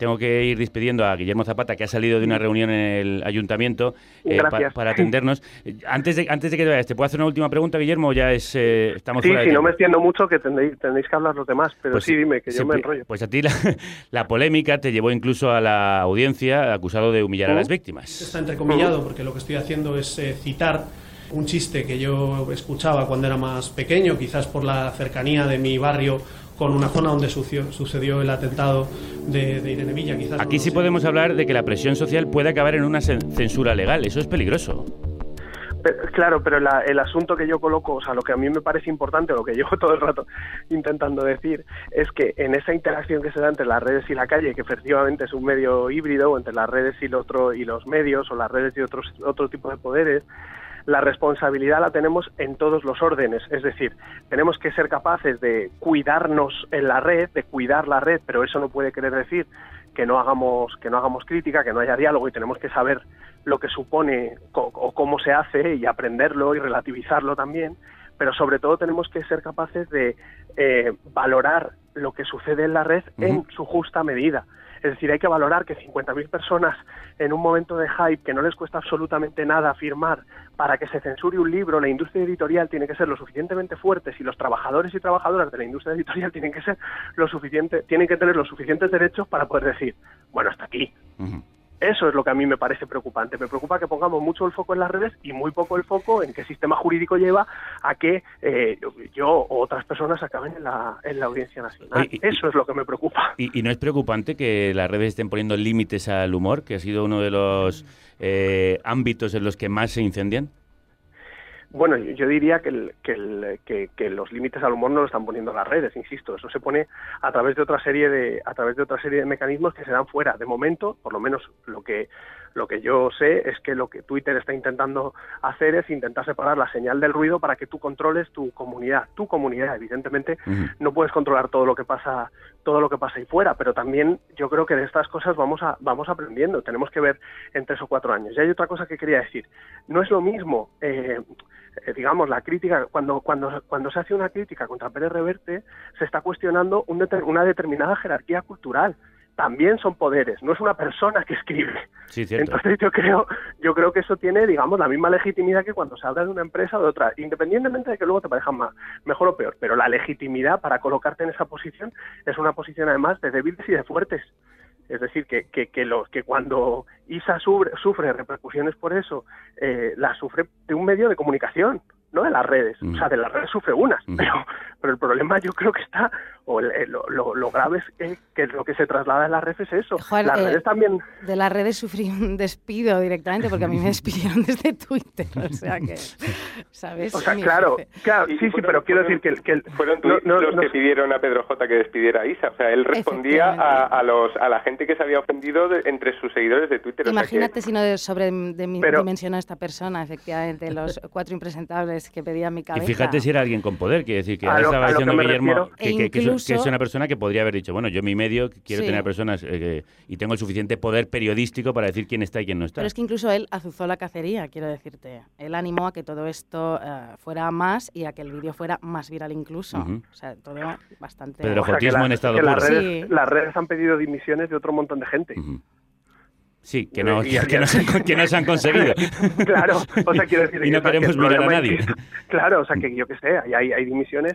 S6: tengo que ir despidiendo a Guillermo Zapata, que ha salido de una reunión en el ayuntamiento para atendernos. Antes de que te vayas, ¿te puedo hacer una última pregunta, Guillermo? O ya estamos fuera de tiempo.
S15: No me extiendo mucho, que tenéis que hablar los demás, pero pues sí, dime, que yo me enrollo.
S6: Pues a ti la polémica te llevó incluso a la audiencia acusado de humillar a las víctimas.
S18: Está entrecomillado, porque lo que estoy haciendo es citar un chiste que yo escuchaba cuando era más pequeño, quizás por la cercanía de mi barrio con una zona donde sucedió el atentado de Irene Villa. Quizás
S6: aquí sí podemos hablar de que la presión social puede acabar en una censura legal. Eso es peligroso.
S15: Claro, pero el asunto que yo coloco, o sea, lo que a mí me parece importante, lo que llevo todo el rato intentando decir, es que en esa interacción que se da entre las redes y la calle, que efectivamente es un medio híbrido, entre las redes y los medios, o las redes y otro tipo de poderes, la responsabilidad la tenemos en todos los órdenes, es decir, tenemos que ser capaces de cuidarnos en la red, de cuidar la red, pero eso no puede querer decir que no hagamos crítica, que no haya diálogo, y tenemos que saber lo que supone o cómo se hace y aprenderlo y relativizarlo también, pero sobre todo tenemos que ser capaces de valorar lo que sucede en la red en su justa medida. Es decir, hay que valorar que 50.000 personas en un momento de hype que no les cuesta absolutamente nada firmar para que se censure un libro, la industria editorial tiene que ser lo suficientemente fuerte, y los trabajadores y trabajadoras de la industria editorial tienen que tener los suficientes derechos para poder decir, bueno, hasta aquí. Eso es lo que a mí me parece preocupante. Me preocupa que pongamos mucho el foco en las redes y muy poco el foco en qué sistema jurídico lleva a que yo o otras personas acaben en la Audiencia Nacional. Eso es lo que me preocupa.
S6: ¿Y no es preocupante que las redes estén poniendo límites al humor, que ha sido uno de los ámbitos en los que más se incendian?
S15: Bueno, yo diría que los límites al humor no lo están poniendo las redes, insisto, eso se pone a través de otra serie de mecanismos que se dan fuera. De momento, por lo menos lo que yo sé es que lo que Twitter está intentando hacer es intentar separar la señal del ruido para que tú controles tu comunidad. Tu comunidad, evidentemente, no puedes controlar todo lo que pasa ahí fuera, pero también yo creo que de estas cosas vamos aprendiendo. Tenemos que ver en 3 o 4 años. Y hay otra cosa que quería decir. No es lo mismo, digamos, la crítica, cuando se hace una crítica contra Pérez Reverte, se está cuestionando una determinada jerarquía cultural. También son poderes, no es una persona que escribe.
S6: Sí, cierto.
S15: Entonces yo creo que eso tiene, digamos, la misma legitimidad que cuando se habla de una empresa o de otra, independientemente de que luego te parezcan mejor o peor, pero la legitimidad para colocarte en esa posición es una posición además de débiles y de fuertes. Es decir, que cuando Isa sufre repercusiones por eso, las sufre de un medio de comunicación, no de las redes. O sea, de las redes sufre unas, pero el problema yo creo que está, o lo grave es que lo que se traslada en las redes es eso.
S17: Joder,
S15: las redes también...
S17: De las redes sufrí un despido directamente, porque a mí me despidieron desde Twitter, o sea que, ¿sabes?
S15: O sea, claro, sí, pero quiero decir que
S12: fueron los que pidieron a Pedro J. que despidiera a Isa, o sea, él respondía a la gente que se había ofendido entre sus seguidores de Twitter.
S17: Imagínate, o sea, si no sobredimensionó esta persona, efectivamente, los 4 impresentables que pedían mi cabeza.
S6: Y fíjate si era alguien con poder, quiere decir que ahora estaba diciendo Guillermo que es una persona que podría haber dicho, bueno, yo en mi medio quiero tener personas y tengo el suficiente poder periodístico para decir quién está y quién no está.
S17: Pero es que incluso él azuzó la cacería, quiero decirte. Él animó a que todo esto fuera más y a que el vídeo fuera más viral incluso. O sea, todo bastante...
S6: Pedrojotismo en estado puro.
S15: Las redes han pedido dimisiones de otro montón de gente.
S6: Sí, que no se han conseguido.
S15: Claro, o sea, quiero decir...
S6: Y no queremos mirar a nadie.
S15: Claro, o sea, que yo qué sé, hay dimisiones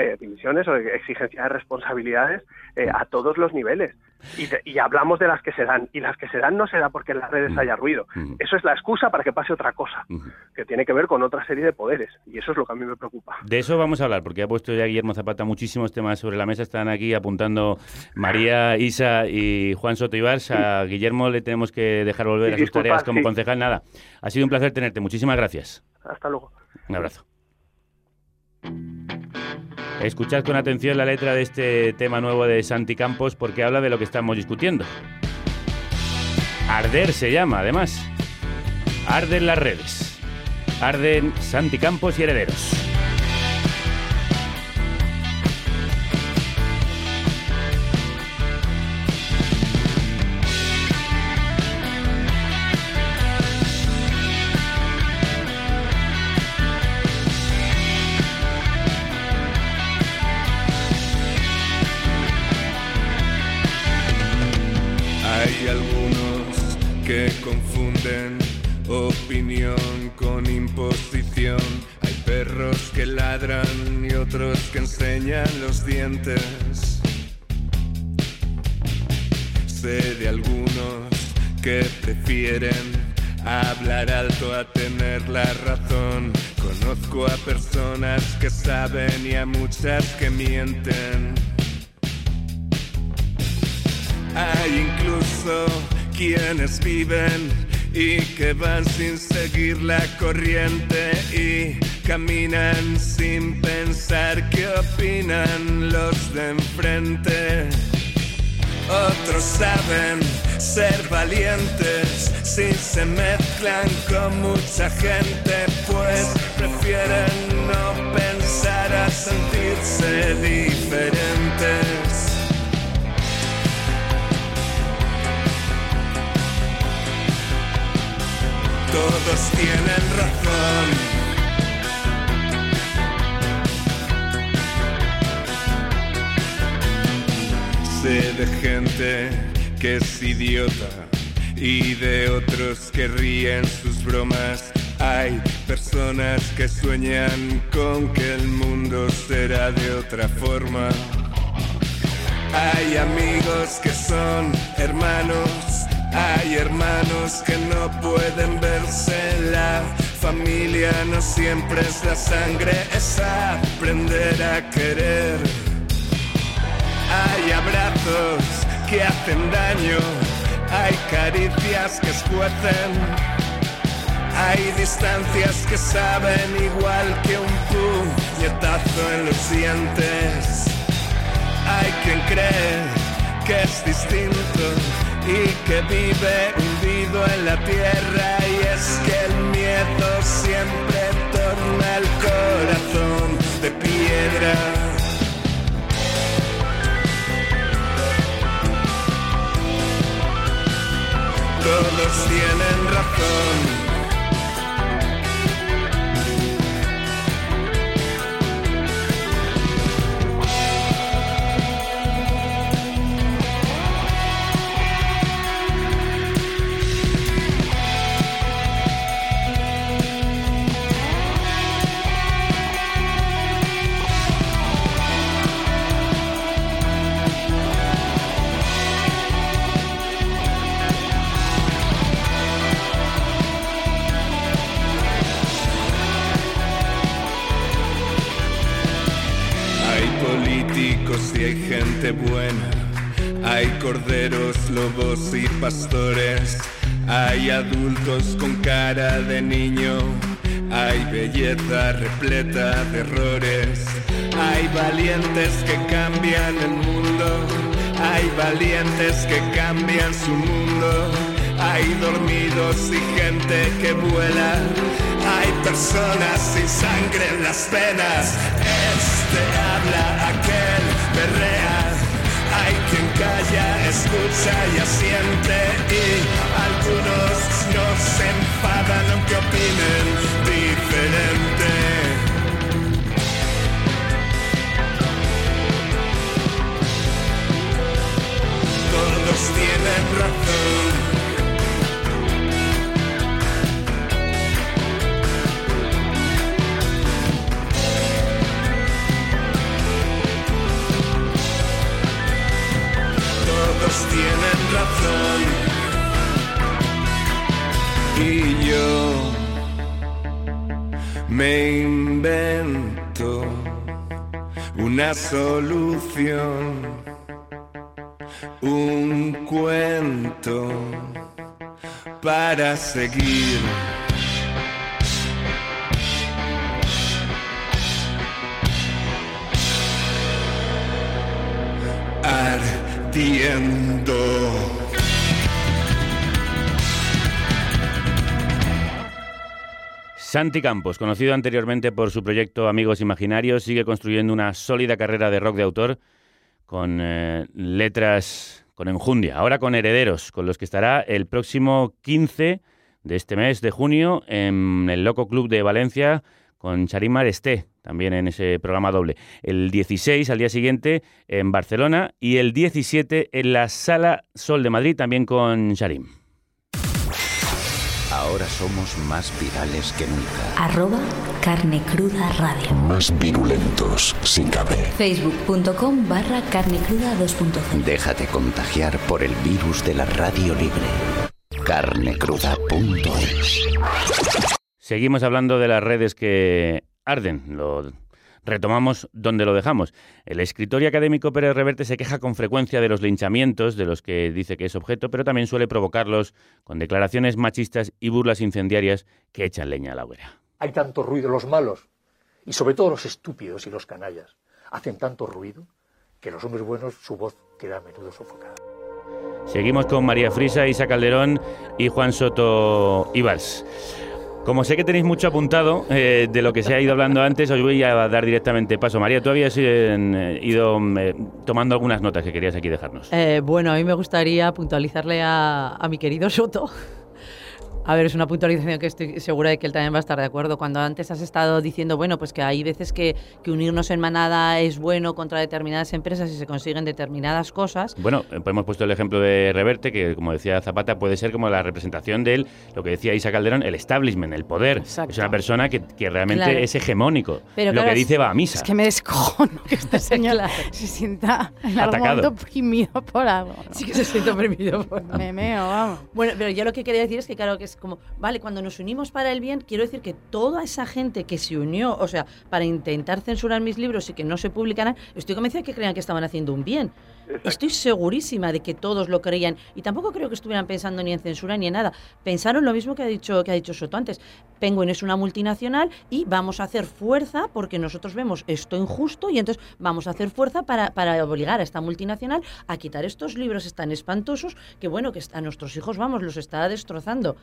S15: o exigencia de responsabilidades a todos los niveles. Y hablamos de las que se dan, y las que se dan no se da porque en las redes haya ruido. Eso es la excusa para que pase otra cosa, que tiene que ver con otra serie de poderes, y eso es lo que a mí me preocupa.
S6: De eso vamos a hablar, porque ha puesto ya Guillermo Zapata muchísimos temas sobre la mesa. Están aquí apuntando María, Isa y Juan Soto Ibars. A Guillermo le tenemos que dejar volver a sus tareas como concejal. Nada, ha sido un placer tenerte. Muchísimas gracias.
S15: Hasta luego.
S6: Un abrazo. Escuchad con atención la letra de este tema nuevo de Santi Campos, porque habla de lo que estamos discutiendo. Arder se llama, además. Arden las redes. Arden Santi Campos y herederos.
S19: susurran y otros que enseñan los dientes. Sé de algunos que prefieren hablar alto a tener la razón. Conozco a personas que saben y a muchas que mienten. Hay incluso quienes viven y que van sin seguir la corriente y caminan sin pensar qué opinan los de enfrente. Otros saben ser valientes si se mezclan con mucha gente, pues prefieren no pensar a sentirse diferentes. Todos tienen razón. Sé de gente que es idiota y de otros que ríen sus bromas. Hay personas que sueñan con que el mundo será de otra forma. Hay amigos que son hermanos. Hay hermanos que no pueden verse. La familia no siempre es la sangre, es aprender a querer. Hay abrazos que hacen daño, hay caricias que escuecen, hay distancias que saben igual que un puñetazo en los dientes. Hay quien cree que es distinto y que vive hundido en la tierra, y es que el miedo siempre torna el corazón de piedra. Todos tienen razón. Y hay gente buena, hay corderos, lobos y pastores, hay adultos con cara de niño, hay belleza repleta de errores, hay valientes que cambian el mundo, hay valientes que cambian su mundo, hay dormidos y gente que vuela, hay personas sin sangre en las venas. Este habla, aquel berrea, hay quien calla, escucha y asiente, y algunos no se enfadan aunque opinen diferente. Todos tienen razón. Todos tienen razón. Y yo me invento una solución, un cuento para seguir. Ardiendo.
S6: Santi Campos, conocido anteriormente por su proyecto Amigos Imaginarios, sigue construyendo una sólida carrera de rock de autor con letras con enjundia. Ahora con Herederos, con los que estará el próximo 15 de este mes de junio en el Loco Club de Valencia con Charim Maresté, también en ese programa doble. El 16, al día siguiente, en Barcelona, y el 17 en la Sala Sol de Madrid, también con Charim.
S20: Ahora somos más virales que nunca.
S21: @carnecruda_radio.
S5: Más virulentos, si cabe.
S21: Facebook.com/carnecruda 2.0.
S20: Déjate contagiar por el virus de la radio libre. Carnecruda.es.
S6: Seguimos hablando de las redes que arden. Lo retomamos donde lo dejamos. El escritor y académico Pérez Reverte se queja con frecuencia de los linchamientos de los que dice que es objeto, pero también suele provocarlos con declaraciones machistas y burlas incendiarias que echan leña a la hoguera.
S22: Hay tanto ruido, los malos, y sobre todo los estúpidos y los canallas, hacen tanto ruido que los hombres buenos, su voz queda a menudo sofocada.
S6: Seguimos con María Frisa, Isa Calderón y Juan Soto Ibars. Como sé que tenéis mucho apuntado de lo que se ha ido hablando antes, os voy a dar directamente paso. María, tú habías ido tomando algunas notas que querías aquí dejarnos.
S16: Bueno, a mí me gustaría puntualizarle a mi querido Soto. A ver, es una puntualización que estoy segura de que él también va a estar de acuerdo. Cuando antes has estado diciendo, bueno, pues que hay veces que unirnos en manada es bueno contra determinadas empresas y se consiguen determinadas cosas.
S6: Bueno, hemos puesto el ejemplo de Reverte, que como decía Zapata, puede ser como la representación de él, lo que decía Isa Calderón, el establishment, el poder.
S16: Exacto.
S6: Es una persona que realmente es hegemónico.
S16: Pero
S6: lo
S16: claro,
S6: que dice va a misa.
S17: Es que me descojono que este señor se sienta en algún momento oprimido por algo, ¿no?
S16: Sí que se siente oprimido por algo.
S17: Me meo, vamos.
S16: Bueno, pero yo lo que quería decir es que claro que es como, vale, cuando nos unimos para el bien, quiero decir que toda esa gente que se unió, o sea, para intentar censurar mis libros y que no se publicaran, estoy convencida de que creían que estaban haciendo un bien. Exacto. Estoy segurísima de que todos lo creían y tampoco creo que estuvieran pensando ni en censura ni en nada. Pensaron lo mismo que ha dicho Soto antes. Penguin es una multinacional y vamos a hacer fuerza porque nosotros vemos esto injusto y entonces vamos a hacer fuerza para obligar a esta multinacional a quitar estos libros tan espantosos que bueno, que a nuestros hijos, vamos, los está destrozando.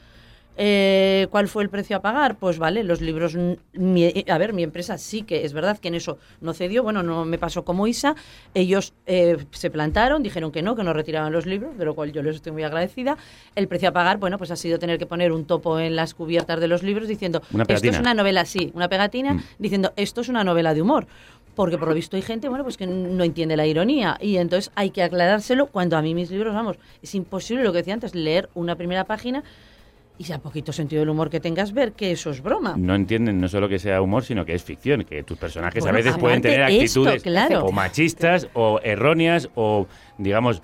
S16: ¿Cuál fue el precio a pagar? Pues vale, los libros, mi empresa sí que es verdad que en eso no cedió, bueno, no me pasó como Isa, ellos se plantaron, dijeron que no retiraban los libros, de lo cual yo les estoy muy agradecida. El precio a pagar, bueno, pues ha sido tener que poner un topo en las cubiertas de los libros diciendo, esto es una novela, sí, una pegatina, diciendo, esto es una novela de humor. Porque por lo visto hay gente, bueno, pues que no entiende la ironía y entonces hay que aclarárselo cuando a mí mis libros, vamos, es imposible, lo que decía antes, leer una primera página y sea poquito sentido del humor que tengas, ver que eso es broma.
S6: No entienden no solo que sea humor, sino que es ficción, que tus personajes a veces pueden tener actitudes o machistas o erróneas o, digamos,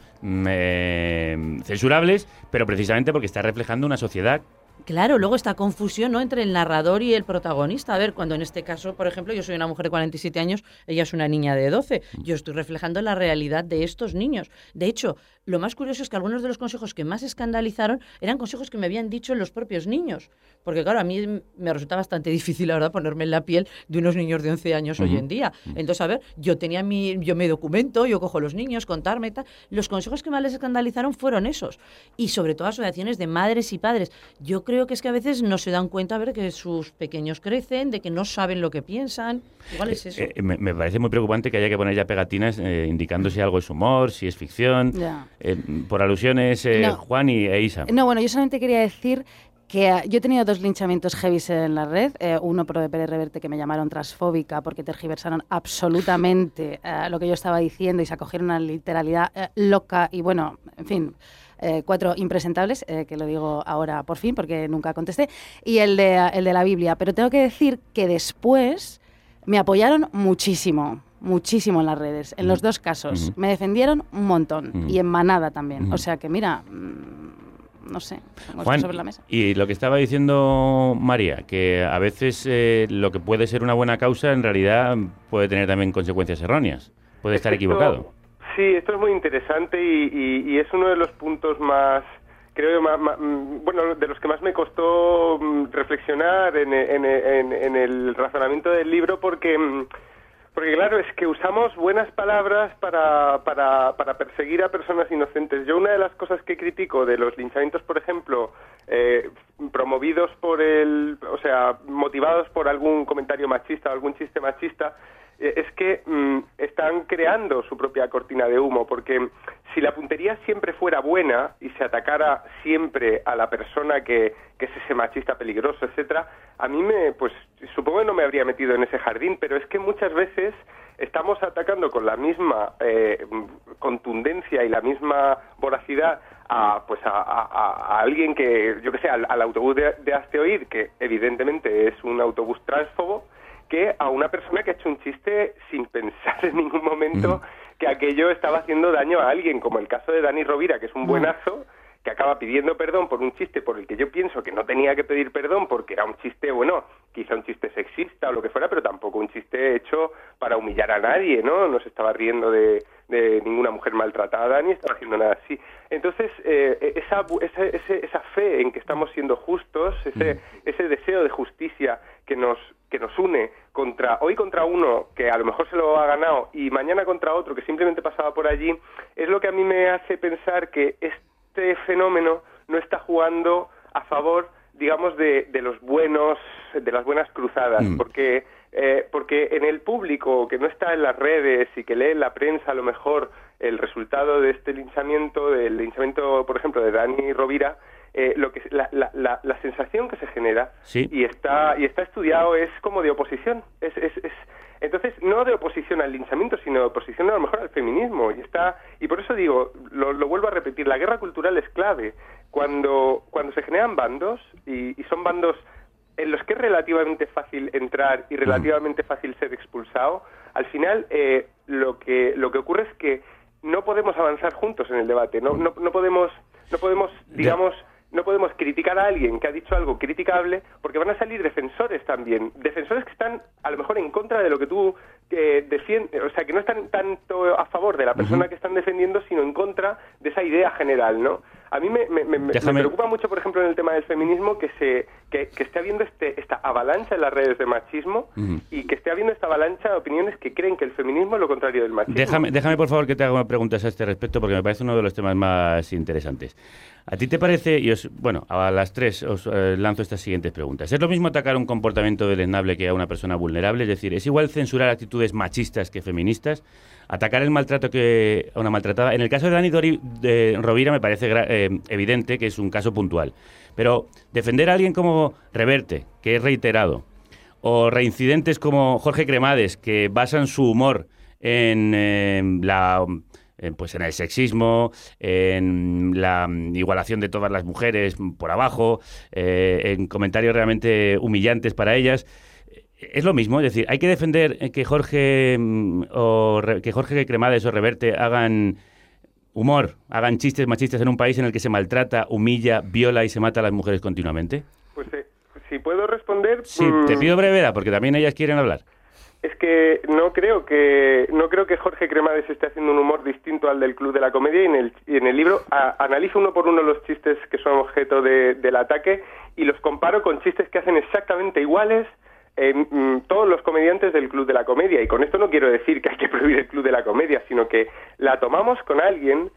S6: censurables, pero precisamente porque está reflejando una sociedad.
S16: Claro, luego esta confusión, ¿no?, entre el narrador y el protagonista. A ver, cuando en este caso, por ejemplo, yo soy una mujer de 47 años, ella es una niña de 12. Yo estoy reflejando la realidad de estos niños. De hecho, lo más curioso es que algunos de los consejos que más escandalizaron eran consejos que me habían dicho los propios niños. Porque, claro, a mí me resulta bastante difícil, la verdad, ponerme en la piel de unos niños de 11 años hoy en día. Entonces, a ver, yo me documento, yo cojo a los niños, contarme y tal. Los consejos que más les escandalizaron fueron esos. Y sobre todo asociaciones de madres y padres. Yo creo que es que a veces no se dan cuenta, a ver, que sus pequeños crecen, de que no saben lo que piensan. Igual es eso.
S6: Me parece muy preocupante que haya que poner ya pegatinas indicando si algo es humor, si es ficción.
S17: Ya.
S6: Por alusiones,
S17: No.
S6: Juan e Isa.
S17: No, bueno, yo solamente quería decir que yo he tenido 2 linchamientos heavies en la red. Uno por de Pérez Reverte, que me llamaron transfóbica porque tergiversaron absolutamente lo que yo estaba diciendo y se acogieron a una literalidad loca y bueno, en fin... 4 impresentables, que lo digo ahora por fin porque nunca contesté, y el de la Biblia. Pero tengo que decir que después me apoyaron muchísimo en las redes, en los 2 casos. Me defendieron un montón y en manada también. O sea que mira... no sé,
S6: Juan,
S17: sobre la mesa.
S6: Y lo que estaba diciendo María, que a veces lo que puede ser una buena causa en realidad puede tener también consecuencias erróneas, puede estar equivocado.
S12: Sí, esto es muy interesante y es uno de los puntos más, creo, bueno, de los que más me costó reflexionar en el razonamiento del libro porque claro, es que usamos buenas palabras para perseguir a personas inocentes. Yo una de las cosas que critico de los linchamientos, por ejemplo, promovidos motivados por algún comentario machista o algún chiste machista, es que están creando su propia cortina de humo, porque si la puntería siempre fuera buena y se atacara siempre a la persona que es ese machista peligroso, etcétera, a mí supongo que no me habría metido en ese jardín, pero es que muchas veces estamos atacando con la misma contundencia y la misma voracidad a alguien que, yo que sé, al autobús de Hazte-Oír, que evidentemente es un autobús transfobo, que a una persona que ha hecho un chiste sin pensar en ningún momento que aquello estaba haciendo daño a alguien, como el caso de Dani Rovira, que es un buenazo, que acaba pidiendo perdón por un chiste por el que yo pienso que no tenía que pedir perdón porque era un chiste, bueno, quizá un chiste sexista o lo que fuera, pero tampoco un chiste hecho para humillar a nadie, ¿no? No se estaba riendo de ninguna mujer maltratada ni estaba haciendo nada así. Entonces, esa fe en que estamos siendo justos, ese deseo de justicia que nos une hoy contra uno que a lo mejor se lo ha ganado y mañana contra otro que simplemente pasaba por allí, es lo que a mí me hace pensar que este fenómeno no está jugando a favor, digamos, de los buenos, de las buenas cruzadas, porque en el público que no está en las redes y que lee en la prensa a lo mejor el resultado de este linchamiento, del linchamiento, por ejemplo, de Dani Rovira, la sensación que se genera y está estudiado es como de oposición, entonces no de oposición al linchamiento, sino de oposición a lo mejor al feminismo, y por eso digo, lo vuelvo a repetir, la guerra cultural es clave cuando se generan bandos y son bandos en los que es relativamente fácil entrar y relativamente fácil ser expulsado. Al final lo que ocurre es que no podemos avanzar juntos en el debate, no podemos digamos, no podemos criticar a alguien que ha dicho algo criticable, porque van a salir defensores también, defensores que están a lo mejor en contra de lo que tú defiendes, o sea, que no están tanto a favor de la persona que están defendiendo, sino en contra de esa idea general, ¿no? A mí me preocupa mucho, por ejemplo, en el tema del feminismo que esté habiendo esta avalancha en las redes de machismo y que esté habiendo esta avalancha de opiniones que creen que el feminismo es lo contrario del machismo.
S6: Déjame por favor, que te haga preguntas a este respecto, porque me parece uno de los temas más interesantes. ¿A ti te parece, a las tres os lanzo estas siguientes preguntas? ¿Es lo mismo atacar un comportamiento deleznable que a una persona vulnerable? Es decir, ¿es igual censurar actitudes machistas que feministas? ¿Atacar el maltrato que a una maltratada? En el caso de Dani Rovira me parece evidente que es un caso puntual. Pero defender a alguien como Reverte, que es reiterado, o reincidentes como Jorge Cremades, que basan su humor en en el sexismo, en la igualación de todas las mujeres por abajo, en comentarios realmente humillantes para ellas. Es lo mismo, es decir, hay que defender que Jorge Cremades o Reverte hagan humor, hagan chistes machistas en un país en el que se maltrata, humilla, viola y se mata a las mujeres continuamente.
S12: Pues si puedo responder...
S6: Sí, te pido brevedad, porque también ellas quieren hablar.
S12: Es que no creo que Jorge Cremades esté haciendo un humor distinto al del Club de la Comedia, y en el libro analizo uno por uno los chistes que son objeto del ataque y los comparo con chistes que hacen exactamente iguales todos los comediantes del Club de la Comedia. Y con esto no quiero decir que hay que prohibir el Club de la Comedia, sino que la tomamos con alguien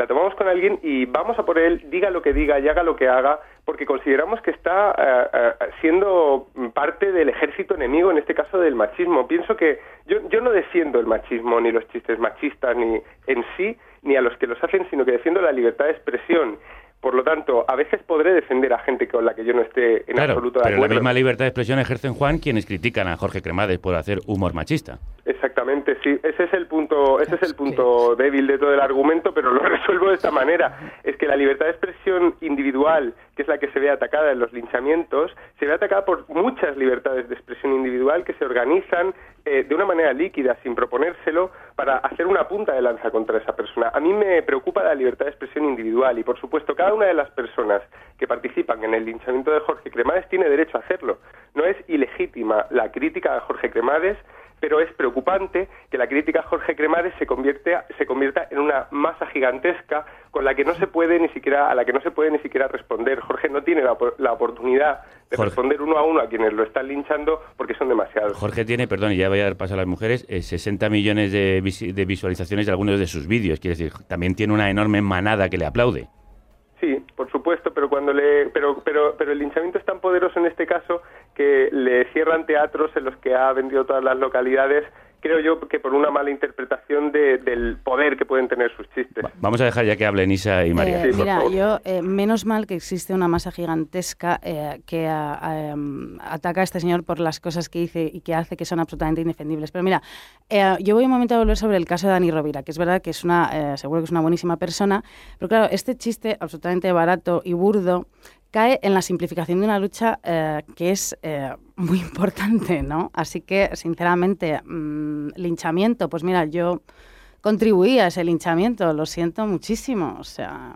S12: y vamos a por él, diga lo que diga y haga lo que haga, porque consideramos que está siendo parte del ejército enemigo, en este caso del machismo. Pienso que yo no defiendo el machismo, ni los chistes machistas, ni en sí, ni a los que los hacen, sino que defiendo la libertad de expresión. Por lo tanto, a veces podré defender a gente con la que yo no esté en absoluto de acuerdo.
S6: Pero la misma libertad de expresión ejercen, Juan, quienes critican a Jorge Cremades por hacer humor machista.
S12: Exactamente, sí. Ese es el punto débil de todo el argumento, pero lo resuelvo de esta manera. Es que la libertad de expresión individual, que es la que se ve atacada en los linchamientos, se ve atacada por muchas libertades de expresión individual que se organizan de una manera líquida, sin proponérselo, para hacer una punta de lanza contra esa persona. A mí me preocupa la libertad de expresión individual y, por supuesto, cada una de las personas que participan en el linchamiento de Jorge Cremades tiene derecho a hacerlo. No es ilegítima la crítica a Jorge Cremades, pero es preocupante que la crítica a Jorge Cremades se convierta en una masa gigantesca a la que no se puede ni siquiera responder. Jorge no tiene la oportunidad de responder uno a uno a quienes lo están linchando porque son demasiados.
S6: Jorge tiene, perdón, y ya voy a dar paso a las mujeres, 60 millones de visualizaciones de algunos de sus vídeos. Quiere decir, también tiene una enorme manada que le aplaude.
S12: Sí, por supuesto, pero pero el linchamiento es tan poderoso en este caso que le cierran teatros en los que ha vendido todas las localidades, creo yo que por una mala interpretación del poder que pueden tener sus chistes.
S6: Vamos a dejar ya que hablen Isa y María.
S17: Mira, yo, menos mal que existe una masa gigantesca que ataca a este señor por las cosas que dice y que hace, que son absolutamente indefendibles. Pero mira, yo voy un momento a volver sobre el caso de Dani Rovira, que es verdad que es seguro que es una buenísima persona, pero claro, este chiste absolutamente barato y burdo cae en la simplificación de una lucha que es muy importante, ¿no? Así que, sinceramente, linchamiento, pues mira, yo contribuí a ese linchamiento, lo siento muchísimo, o sea...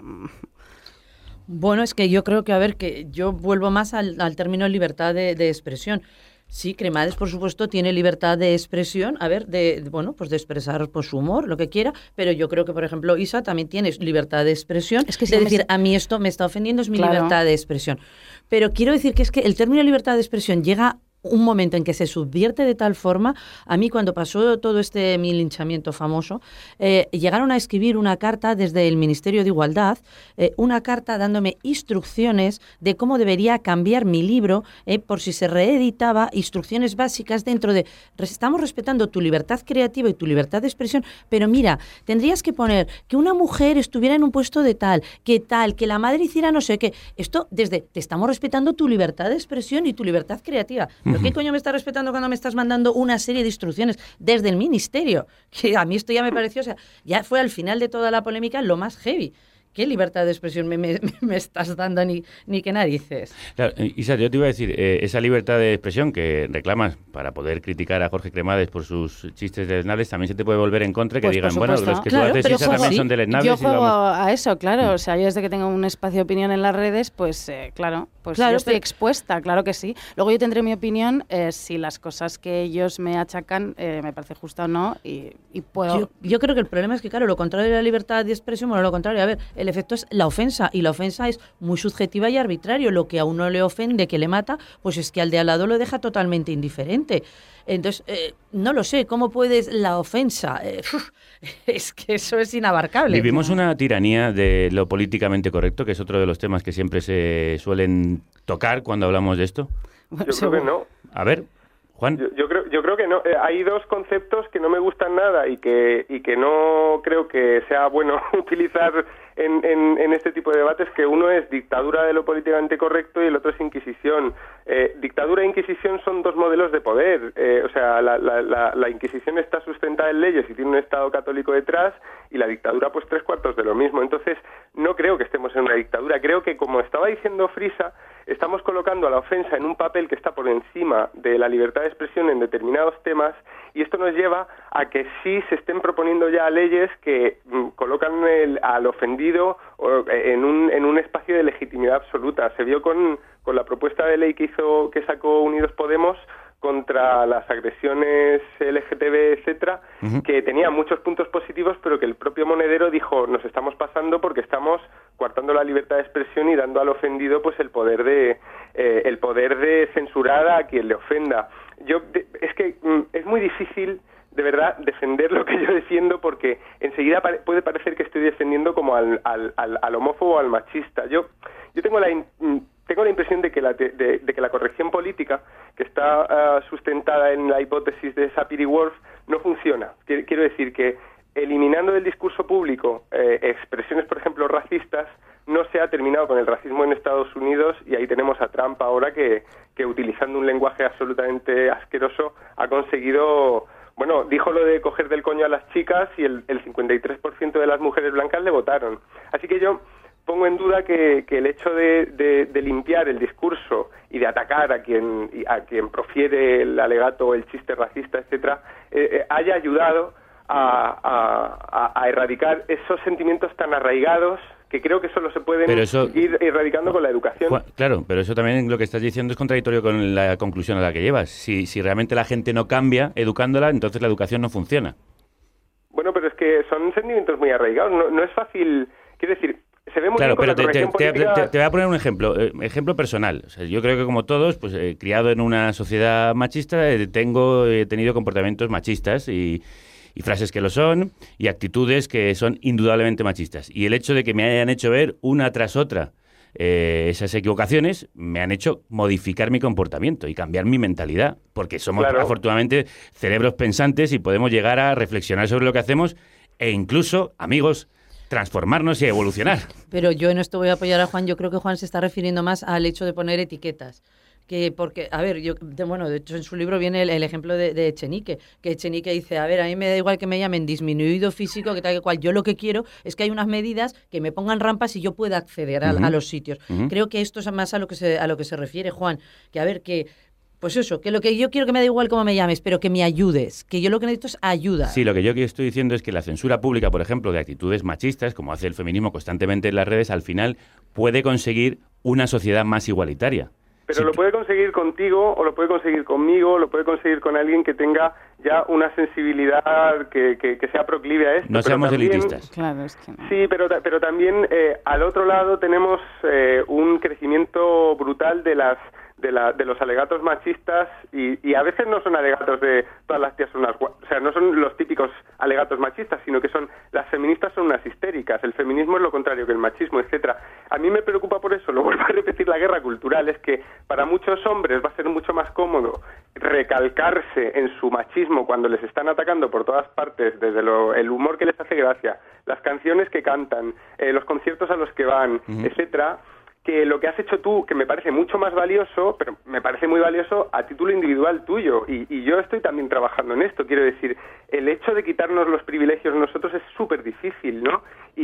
S16: Bueno, es que yo creo que, a ver, que yo vuelvo más al término libertad de expresión. Sí, Cremades, por supuesto, tiene libertad de expresión, a ver, bueno, pues de expresar pues, su humor, lo que quiera, pero yo creo que, por ejemplo, Isa también tiene libertad de expresión, es que si decir, a mí esto me está ofendiendo, es mi libertad de expresión. Pero quiero decir que es que el término libertad de expresión llega un momento en que se subvierte de tal forma. A mí, cuando pasó todo mi linchamiento famoso, llegaron a escribir una carta desde el Ministerio de Igualdad, una carta dándome instrucciones de cómo debería cambiar mi libro, por si se reeditaba, instrucciones básicas dentro de estamos respetando tu libertad creativa y tu libertad de expresión, pero mira, tendrías que poner que una mujer estuviera en un puesto de tal, que la madre hiciera no sé qué. Esto te estamos respetando tu libertad de expresión y tu libertad creativa. ¿Pero qué coño me estás respetando cuando me estás mandando una serie de instrucciones desde el ministerio? Que a mí esto ya me pareció, o sea, ya fue al final de toda la polémica lo más heavy. ¿Qué libertad de expresión me estás dando ni qué narices?
S6: Claro, Isa, yo te iba a decir, esa libertad de expresión que reclamas para poder criticar a Jorge Cremades por sus chistes deleznables, también se te puede volver en contra, que pues digan, bueno, los que tú haces, Isa, también son deleznables.
S17: Yo juego a eso, claro. O sea, yo desde que tengo un espacio de opinión en las redes, pues claro, yo estoy expuesta, claro que sí. Luego yo tendré mi opinión si las cosas que ellos me achacan me parece justo o no y puedo...
S16: Yo creo que el problema es que, claro, lo contrario de la libertad de expresión, bueno, lo contrario, a ver, el efecto es la ofensa, y la ofensa es muy subjetiva y arbitrario. Lo que a uno le ofende, que le mata, pues es que al de al lado lo deja totalmente indiferente. Entonces, no lo sé, ¿cómo puedes la ofensa? Es que eso es inabarcable.
S6: Vivimos una tiranía de lo políticamente correcto, que es otro de los temas que siempre se suelen tocar cuando hablamos de esto.
S12: Yo creo que no.
S6: A ver, Juan.
S12: Yo creo que no. Hay dos conceptos que no me gustan nada y que no creo que sea bueno utilizar en este tipo de debates, que uno es dictadura de lo políticamente correcto y el otro es Inquisición. Dictadura e Inquisición son dos modelos de poder. O sea, la Inquisición está sustentada en leyes y tiene un Estado católico detrás, y la dictadura pues 3/4 de lo mismo. Entonces, no creo que estemos en una dictadura. Creo que, como estaba diciendo Frisa, estamos colocando a la ofensa en un papel que está por encima de la libertad de expresión en determinados temas, y esto nos lleva a que sí se estén proponiendo ya leyes que colocan al ofendido en un espacio de legitimidad absoluta. Se vio con la propuesta de ley que sacó Unidos Podemos contra las agresiones LGTB, etcétera, que tenía muchos puntos positivos, pero que el propio Monedero dijo, nos estamos pasando porque estamos coartando la libertad de expresión y dando al ofendido pues el poder de censurar a quien le ofenda. Es que es muy difícil, de verdad, defender lo que yo defiendo, porque enseguida puede parecer que estoy defendiendo como al homófobo o al machista. Yo tengo la impresión de que la corrección política, que está sustentada en la hipótesis de Sapir-Whorf, no funciona. Quiero decir que, eliminando del discurso público expresiones, por ejemplo, racistas, no se ha terminado con el racismo en Estados Unidos, y ahí tenemos a Trump ahora que utilizando un lenguaje absolutamente asqueroso ha conseguido... Bueno, dijo lo de coger del coño a las chicas y el 53% de las mujeres blancas le votaron. Así que yo pongo en duda que el hecho de limpiar el discurso y de atacar a quien profiere el alegato o el chiste racista, etcétera, haya ayudado a erradicar esos sentimientos tan arraigados que creo que solo se pueden ir erradicando con la educación.
S6: Claro, pero eso también, lo que estás diciendo, es contradictorio con la conclusión a la que llevas. Si realmente la gente no cambia educándola, entonces la educación no funciona.
S12: Bueno, pero es que son sentimientos muy arraigados. No es fácil... Quiero decir, se ve muy bien con la corrección política...
S6: Te voy a poner un ejemplo personal. O sea, yo creo que, como todos, pues criado en una sociedad machista, he tenido comportamientos machistas y frases que lo son, y actitudes que son indudablemente machistas. Y el hecho de que me hayan hecho ver una tras otra esas equivocaciones me han hecho modificar mi comportamiento y cambiar mi mentalidad, porque somos afortunadamente cerebros pensantes y podemos llegar a reflexionar sobre lo que hacemos e incluso, amigos, transformarnos y evolucionar.
S16: Pero yo en esto voy a apoyar a Juan. Yo creo que Juan se está refiriendo más al hecho de poner etiquetas. Porque, a ver, de hecho en su libro viene el ejemplo de Echenique, que Echenique dice, a ver, a mí me da igual que me llamen disminuido físico, que tal que cual, yo lo que quiero es que hay unas medidas que me pongan rampas y yo pueda acceder a los sitios. Creo que esto es más a lo que se refiere Juan, que a ver, que pues eso, que lo que yo quiero que me da igual cómo me llames, pero que me ayudes, que yo lo que necesito es ayuda.
S6: Sí, lo que yo estoy diciendo es que la censura pública, por ejemplo, de actitudes machistas, como hace el feminismo constantemente en las redes, al final puede conseguir una sociedad más igualitaria.
S12: Pero lo puede conseguir contigo, o lo puede conseguir conmigo, o lo puede conseguir con alguien que tenga ya una sensibilidad que sea proclive a esto.
S6: No seamos elitistas.
S17: Claro, es que no.
S12: Sí, pero también al otro lado tenemos un crecimiento brutal de los alegatos machistas y a veces no son alegatos de todas las tías son unas... O sea, no son los típicos alegatos machistas, sino que son las feministas son unas histéricas, el feminismo es lo contrario que el machismo, etcétera. A mí me preocupa por eso, lo vuelvo a repetir, la guerra cultural, es que para muchos hombres va a ser mucho más cómodo recalcarse en su machismo cuando les están atacando por todas partes, desde el humor que les hace gracia, las canciones que cantan, los conciertos a los que van, etcétera, que lo que has hecho tú, que me parece mucho más valioso, pero me parece muy valioso a título individual tuyo, y yo estoy también trabajando en esto, quiero decir, el hecho de quitarnos los privilegios nosotros es súper difícil, ¿no?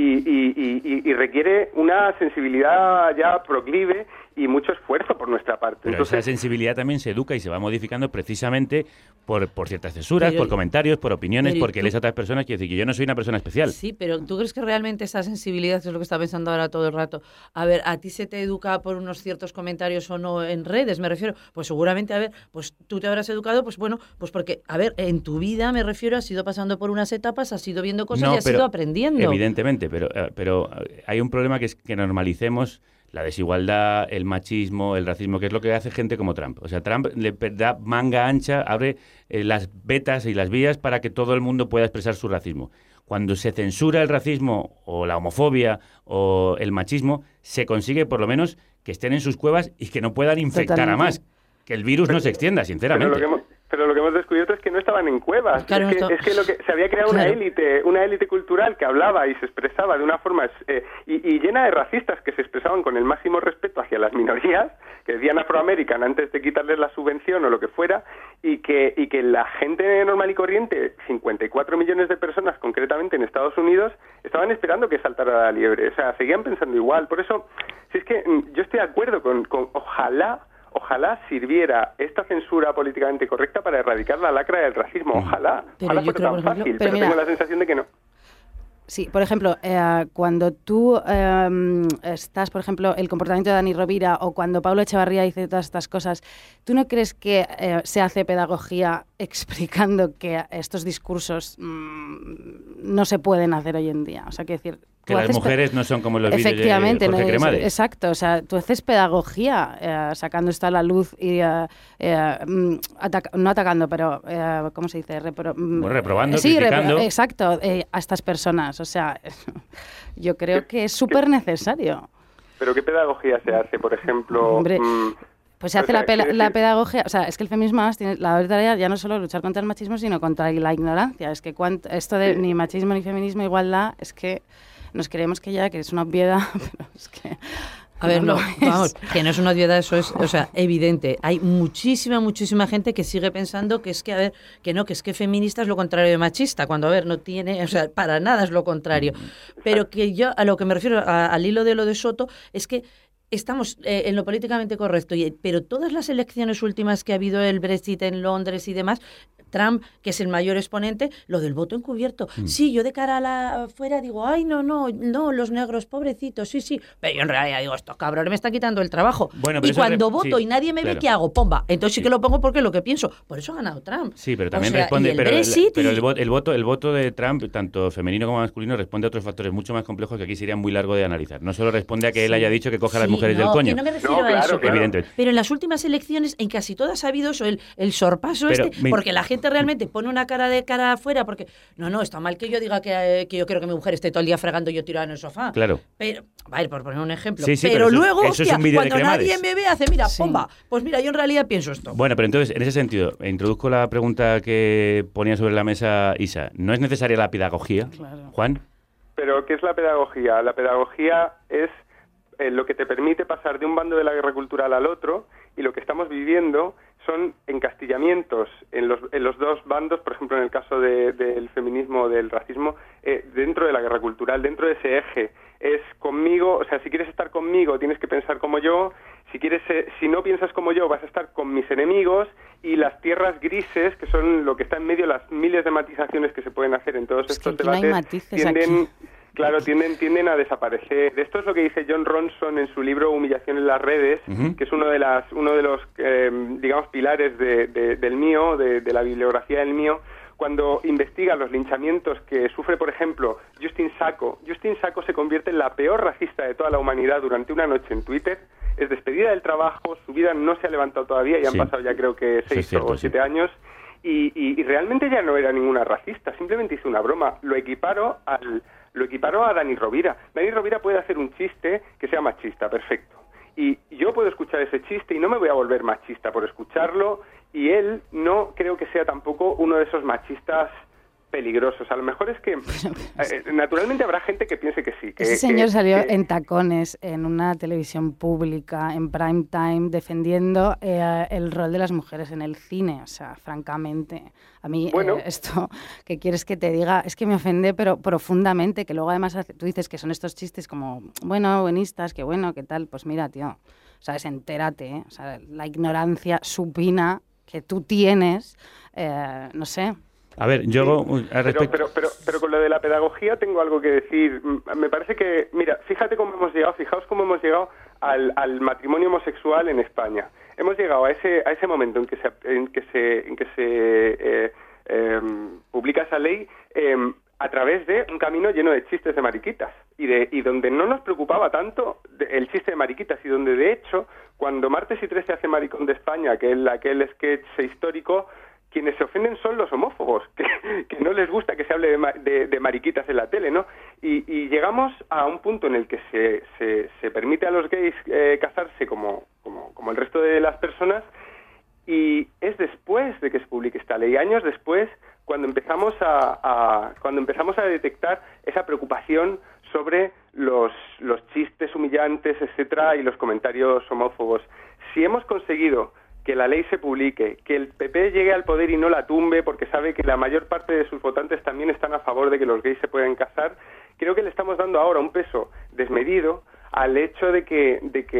S12: Y requiere una sensibilidad ya proclive y mucho esfuerzo por nuestra parte.
S6: Pero esa sensibilidad también se educa y se va modificando precisamente por ciertas censuras, por comentarios, por opiniones, porque lees a otras personas. Quiero decir que yo no soy una persona especial.
S16: Sí, pero ¿tú crees que realmente esa sensibilidad, que es lo que está pensando ahora todo el rato, a ver, a ti se te educa por unos ciertos comentarios o no en redes, me refiero? Pues seguramente, a ver, pues tú te habrás educado, pues bueno, pues porque, a ver, en tu vida, me refiero, has ido pasando por unas etapas, has ido viendo cosas y has ido aprendiendo.
S6: Evidentemente, pero hay un problema que es que normalicemos la desigualdad, el machismo, el racismo, que es lo que hace gente como Trump. O sea, Trump le da manga ancha, abre las vetas y las vías para que todo el mundo pueda expresar su racismo. Cuando se censura el racismo o la homofobia o el machismo, se consigue por lo menos que estén en sus cuevas y que no puedan infectar a más. Que el virus no se extienda, sinceramente.
S12: Pero lo que hemos descubierto es que no estaban en cuevas.
S16: Claro,
S12: es que se había creado una élite cultural que hablaba y se expresaba de una forma y llena de racistas que se expresaban con el máximo respeto hacia las minorías, que decían Afroamerican antes de quitarles la subvención o lo que fuera, y que la gente normal y corriente, 54 millones de personas concretamente en Estados Unidos, estaban esperando que saltara la liebre. O sea, seguían pensando igual. Por eso, si es que yo estoy de acuerdo con ojalá sirviera esta censura políticamente correcta para erradicar la lacra del racismo. Ojalá fuera tan fácil, pero tengo la sensación de que no.
S17: Sí, por ejemplo, cuando tú estás, por ejemplo, el comportamiento de Dani Rovira o cuando Pablo Echevarría dice todas estas cosas, ¿tú no crees que se hace pedagogía explicando que estos discursos no se pueden hacer hoy en día? O sea, quiero decir...
S6: Que las mujeres no son como los vídeos de Jorge Cremades.
S17: Exacto, o sea, tú haces pedagogía sacando esto a la luz y no atacando, pero ¿cómo se dice?
S6: Reprobando,
S17: sí,
S6: criticando.
S17: Exacto, a estas personas. O sea, yo creo que es súper necesario.
S12: ¿Pero qué pedagogía se hace, por ejemplo?
S17: Hombre, pues se hace la pedagogía, o sea, es que el feminismo tiene la tarea ya no solo luchar contra el machismo, sino contra la ignorancia. Es que esto de ni machismo ni feminismo, igualdad, es que nos creemos que es una obviedad, pero es que...
S16: A ver, vamos, que no es una obviedad, eso es, o sea, evidente. Hay muchísima gente que sigue pensando que es que, a ver, que es que feminista es lo contrario de machista, cuando, a ver, no tiene, o sea, para nada es lo contrario. Pero que yo, a lo que me refiero, al hilo de lo de Soto, es que estamos en lo políticamente correcto, pero todas las elecciones últimas que ha habido, el Brexit en Londres y demás, Trump, que es el mayor exponente, lo del voto encubierto. Sí, yo de cara a la afuera digo, ay, no, los negros, pobrecitos, sí. Pero yo en realidad digo, estos cabrones me están quitando el trabajo. Bueno, y cuando voto y nadie me ve, ¿qué hago? Pomba. Entonces sí que lo pongo porque es lo que pienso. Por eso ha ganado Trump.
S6: Sí, pero también responde... el voto de Trump, tanto femenino como masculino, responde a otros factores mucho más complejos que aquí sería muy largo de analizar. No solo responde a que él haya dicho que coja a las mujeres del coño.
S16: No me refiero a eso. Evidentemente. Pero en las últimas elecciones, en casi todas ha habido eso, el sorpaso porque la gente gente realmente pone una cara afuera porque no, está mal que yo diga que yo quiero que mi mujer esté todo el día fregando y yo tirada en el sofá.
S6: Claro.
S16: Pero, a ver, por poner un ejemplo.
S6: Sí,
S16: pero luego,
S6: eso es un vídeo
S16: cuando
S6: de Cremades.
S16: nadie me ve, hace, mira, pomba, pues mira, yo en realidad pienso esto.
S6: Bueno, pero entonces, en ese sentido, introduzco la pregunta que ponía sobre la mesa Isa. ¿No es necesaria la pedagogía,
S16: Claro.
S6: Juan?
S12: Pero, ¿qué es la pedagogía? La pedagogía es lo que te permite pasar de un bando de la guerra cultural al otro, y lo que estamos viviendo son encastillamientos en los dos bandos, por ejemplo, en el caso del feminismo, del racismo, dentro de la guerra cultural, dentro de ese eje. Es conmigo, o sea, si quieres estar conmigo tienes que pensar como yo, si no piensas como yo vas a estar con mis enemigos, y las tierras grises, que son lo que está en medio, las miles de matizaciones que se pueden hacer en todos estos debates,
S17: no hay matices aquí.
S12: Claro, tienden a desaparecer. Esto es lo que dice John Ronson en su libro Humillación en las redes, que es uno de los digamos, pilares del mío, de la bibliografía del mío, cuando investiga los linchamientos que sufre, por ejemplo, Justin Sacco. Justin Sacco se convierte en la peor racista de toda la humanidad durante una noche en Twitter. Es despedida del trabajo, su vida no se ha levantado todavía, y han pasado ya creo que 6 o 7 años. Y realmente ya no era ninguna racista, simplemente hizo una broma. Lo equiparó a Dani Rovira. Dani Rovira puede hacer un chiste que sea machista, perfecto. Y yo puedo escuchar ese chiste y no me voy a volver machista por escucharlo, y él no creo que sea tampoco uno de esos machistas peligrosos. A lo mejor es que naturalmente habrá gente que piense que sí.
S17: Ese señor salió en tacones en una televisión pública, en prime time, defendiendo el rol de las mujeres en el cine. O sea, francamente, a mí esto que quieres que te diga es que me ofende, pero profundamente, que luego además tú dices que son estos chistes como, bueno, buenistas, que bueno, qué tal. Pues mira, tío, sabes, entérate, ¿eh? O sea, la ignorancia supina que tú tienes, no sé.
S6: A ver, yo...
S12: Pero con lo de la pedagogía tengo algo que decir. Me parece que, mira, fijaos cómo hemos llegado al matrimonio homosexual en España. Hemos llegado a ese momento en que se publica esa ley a través de un camino lleno de chistes de mariquitas, y donde no nos preocupaba tanto el chiste de mariquitas, y donde de hecho cuando Martes y 13 hace Maricón de España, que es aquel sketch histórico, quienes se ofenden son los homófobos, que no les gusta que se hable de mariquitas en la tele, ¿no? Y llegamos a un punto en el que se permite a los gays casarse como el resto de las personas, y es después de que se publique esta ley, años después, cuando empezamos a detectar esa preocupación sobre los chistes humillantes, etcétera, y los comentarios homófobos. Si hemos conseguido que la ley se publique, que el PP llegue al poder y no la tumbe, porque sabe que la mayor parte de sus votantes también están a favor de que los gays se puedan casar, creo que le estamos dando ahora un peso desmedido al hecho de que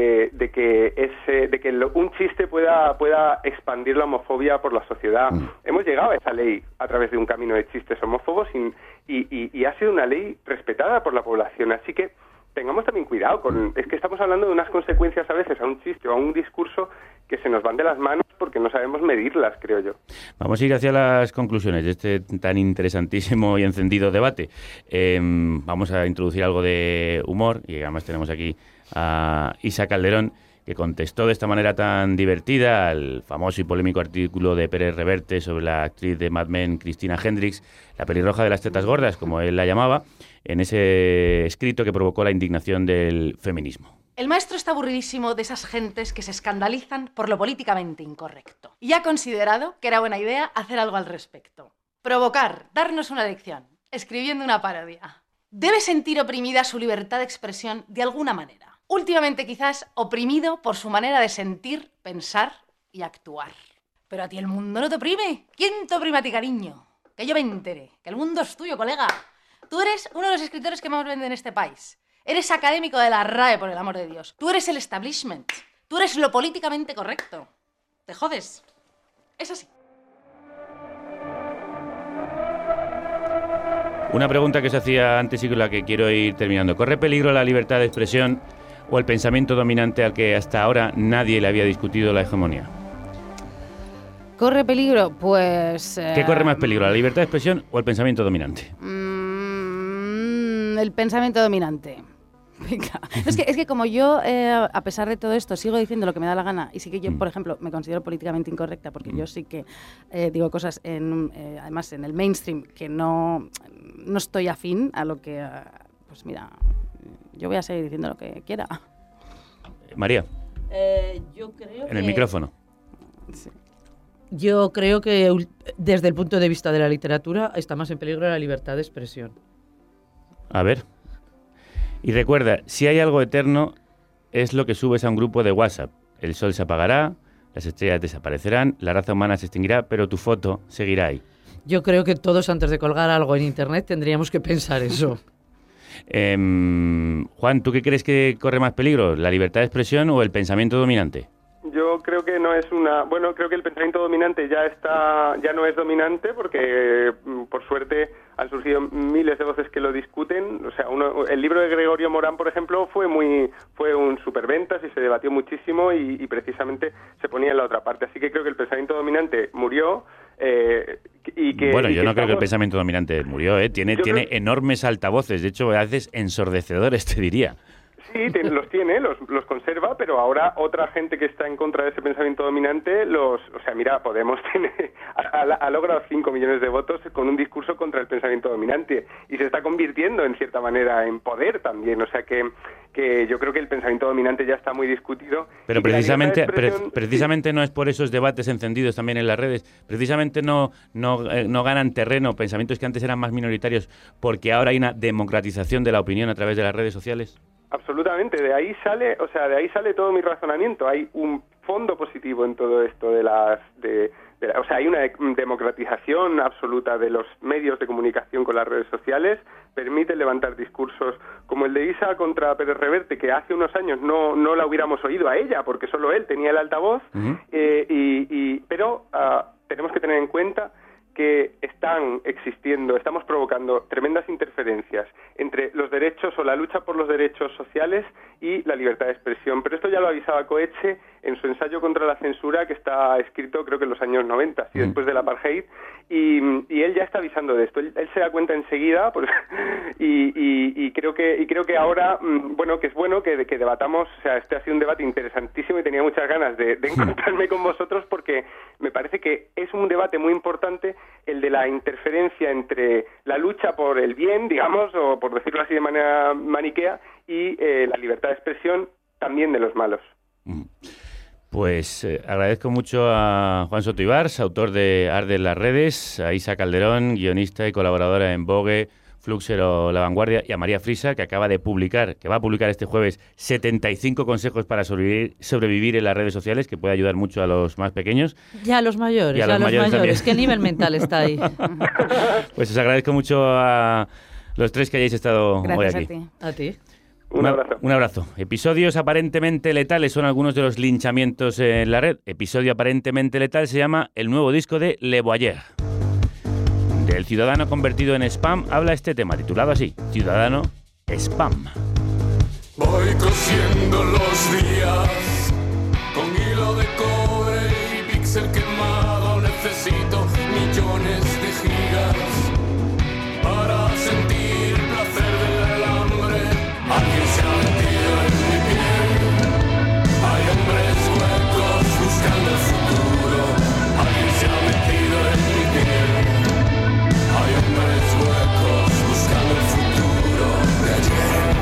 S12: un chiste pueda expandir la homofobia por la sociedad. Hemos llegado a esa ley a través de un camino de chistes homófobos, y ha sido una ley respetada por la población, así que tengamos también cuidado es que estamos hablando de unas consecuencias a veces a un chiste o a un discurso que se nos van de las manos porque no sabemos medirlas, creo yo.
S6: Vamos a ir hacia las conclusiones de este tan interesantísimo y encendido debate. Vamos a introducir algo de humor, y además tenemos aquí a Isa Calderón, que contestó de esta manera tan divertida al famoso y polémico artículo de Pérez Reverte sobre la actriz de Mad Men, Christina Hendricks, la pelirroja de las tetas gordas, como él la llamaba, en ese escrito que provocó la indignación del feminismo.
S1: El maestro está aburridísimo de esas gentes que se escandalizan por lo políticamente incorrecto. Y ha considerado que era buena idea hacer algo al respecto. Provocar, darnos una lección, escribiendo una parodia. Debe sentir oprimida su libertad de expresión de alguna manera. Últimamente quizás oprimido por su manera de sentir, pensar y actuar. Pero a ti el mundo no te oprime. ¿Quién te oprime a ti, cariño? Que yo me entere, que el mundo es tuyo, colega. Tú eres uno de los escritores que más venden en este país. Eres académico de la RAE, por el amor de Dios. Tú eres el establishment. Tú eres lo políticamente correcto. Te jodes. Es así.
S6: Una pregunta que se hacía antes y con la que quiero ir terminando. ¿Corre peligro la libertad de expresión o el pensamiento dominante al que hasta ahora nadie le había discutido la hegemonía?
S17: ¿Corre peligro? Pues...
S6: ¿Qué corre más peligro, la libertad de expresión o el pensamiento dominante?
S17: El pensamiento dominante. Venga. Es que como yo, a pesar de todo esto, sigo diciendo lo que me da la gana, y sí que yo, por ejemplo, me considero políticamente incorrecta, porque yo sí que digo cosas, además en el mainstream, que no estoy afín a lo que... pues mira, yo voy a seguir diciendo lo que quiera.
S6: María.
S16: Yo creo
S6: en el micrófono.
S17: Sí.
S16: Yo creo que desde el punto de vista de la literatura está más en peligro la libertad de expresión.
S6: A ver. Y recuerda, si hay algo eterno, es lo que subes a un grupo de WhatsApp. El sol se apagará, las estrellas desaparecerán, la raza humana se extinguirá, pero tu foto seguirá ahí.
S16: Yo creo que todos antes de colgar algo en Internet tendríamos que pensar eso.
S6: Juan, ¿tú qué crees que corre más peligro? ¿La libertad de expresión o el pensamiento dominante?
S12: Yo creo que no es una... Bueno, creo que el pensamiento dominante ya no es dominante porque, por suerte, han surgido miles de voces que lo discuten. O sea, el libro de Gregorio Morán, por ejemplo, fue un superventas y se debatió muchísimo y precisamente se ponía en la otra parte. Así que creo que el pensamiento dominante murió y que...
S6: Bueno, yo no creo que el pensamiento dominante murió, ¿eh? Tiene enormes altavoces, de hecho, a veces ensordecedores, te diría.
S12: Sí, los conserva, pero ahora otra gente que está en contra de ese pensamiento dominante, o sea, mira, Podemos ha logrado 5 millones de votos con un discurso contra el pensamiento dominante y se está convirtiendo en cierta manera en poder también, o sea que yo creo que el pensamiento dominante ya está muy discutido.
S6: Pero precisamente no es por esos debates encendidos también en las redes, precisamente no ganan terreno pensamientos que antes eran más minoritarios porque ahora hay una democratización de la opinión a través de las redes sociales.
S12: Absolutamente, de ahí sale todo mi razonamiento. Hay un fondo positivo en todo esto o sea, hay una democratización absoluta de los medios de comunicación con las redes sociales, permite levantar discursos como el de Isa contra Pérez Reverte, que hace unos años no la hubiéramos oído a ella, porque solo él tenía el altavoz, pero tenemos que tener en cuenta que estamos provocando tremendas interferencias entre los derechos o la lucha por los derechos sociales y la libertad de expresión. Pero esto ya lo avisaba Coetzee en su ensayo contra la censura, que está escrito creo que en los años 90, así después del apartheid, y él ya está avisando de esto. Él se da cuenta enseguida y creo que ahora, que es bueno que debatamos. O sea, este ha sido un debate interesantísimo y tenía muchas ganas de encontrarme con vosotros porque me parece que es un debate muy importante el de la interferencia entre la lucha por el bien, digamos, o por decirlo así de manera maniquea, y la libertad de expresión también de los malos.
S6: Pues agradezco mucho a Juan Soto Ibars, autor de Arden las redes, a Isa Calderón, guionista y colaboradora en Vogue, Fluxer o La Vanguardia, y a María Frisa, que va a publicar este jueves 75 consejos para sobrevivir en las redes sociales, que puede ayudar mucho a los más pequeños.
S16: Ya a los mayores. ¿Qué nivel mental está ahí?
S6: Pues os agradezco mucho a los tres que hayáis estado hoy aquí.
S16: Gracias a ti.
S12: Un
S6: abrazo. Episodios aparentemente letales son algunos de los linchamientos en la red. Episodio aparentemente letal se llama el nuevo disco de Le Boyer. Del ciudadano convertido en spam habla este tema, titulado así, Ciudadano Spam.
S11: Voy cosiendo los días con hilo de cobre y píxel quemado. Necesito millones de gigas para sentir el placer del alambre. Alguien se ha metido en mi piel. Hay hombres huecos buscando el futuro. Alguien se ha metido en mi piel. Hay hombres huecos buscando el futuro de ayer.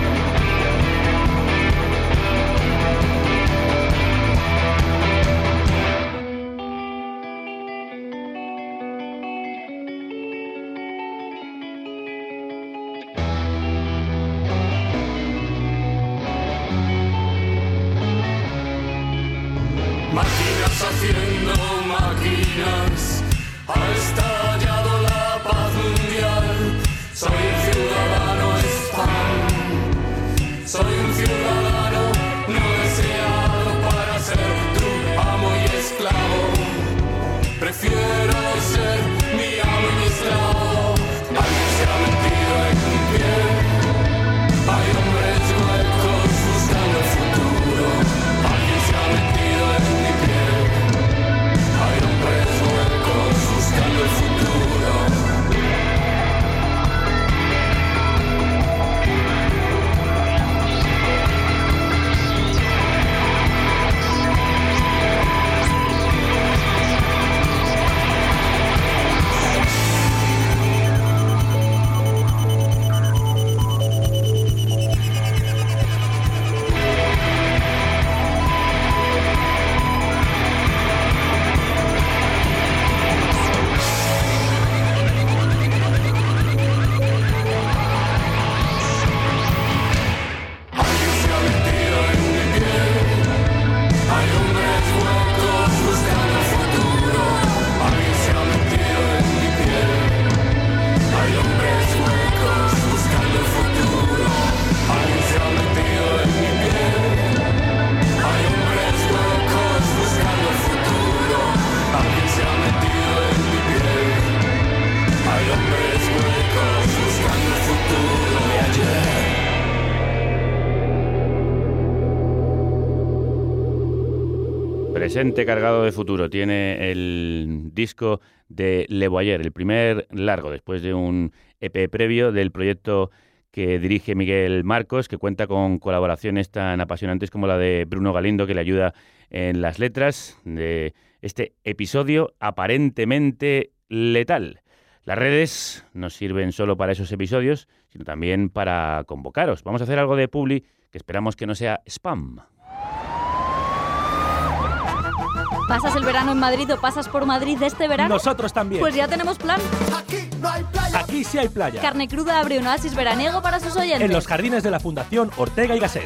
S11: Máquinas haciendo máquinas, ha estallado la paz mundial. Soy un ciudadano spam, soy un ciudadano no deseado para ser tu amo y esclavo. Prefiero ser mi amo y mi esclavo. Alguien se ha metido en mi piel. Hay hombres huecos buscando el futuro. Alguien se ha metido en mi piel.
S6: presente cargado de futuro. Tiene el disco de Le Boyer, el primer largo, después de un EP previo del proyecto que dirige Miguel Marcos, que cuenta con colaboraciones tan apasionantes como la de Bruno Galindo, que le ayuda en las letras de este episodio aparentemente letal. Las redes nos sirven solo para esos episodios, sino también para convocaros. Vamos a hacer algo de publi que esperamos que no sea spam.
S14: ¿Pasas el verano en Madrid o pasas por Madrid este verano?
S7: Nosotros también.
S14: Pues ya tenemos plan.
S7: Aquí sí hay playa.
S14: Carne Cruda abre un oasis veraniego para sus oyentes.
S7: En los jardines de la Fundación Ortega y Gasset.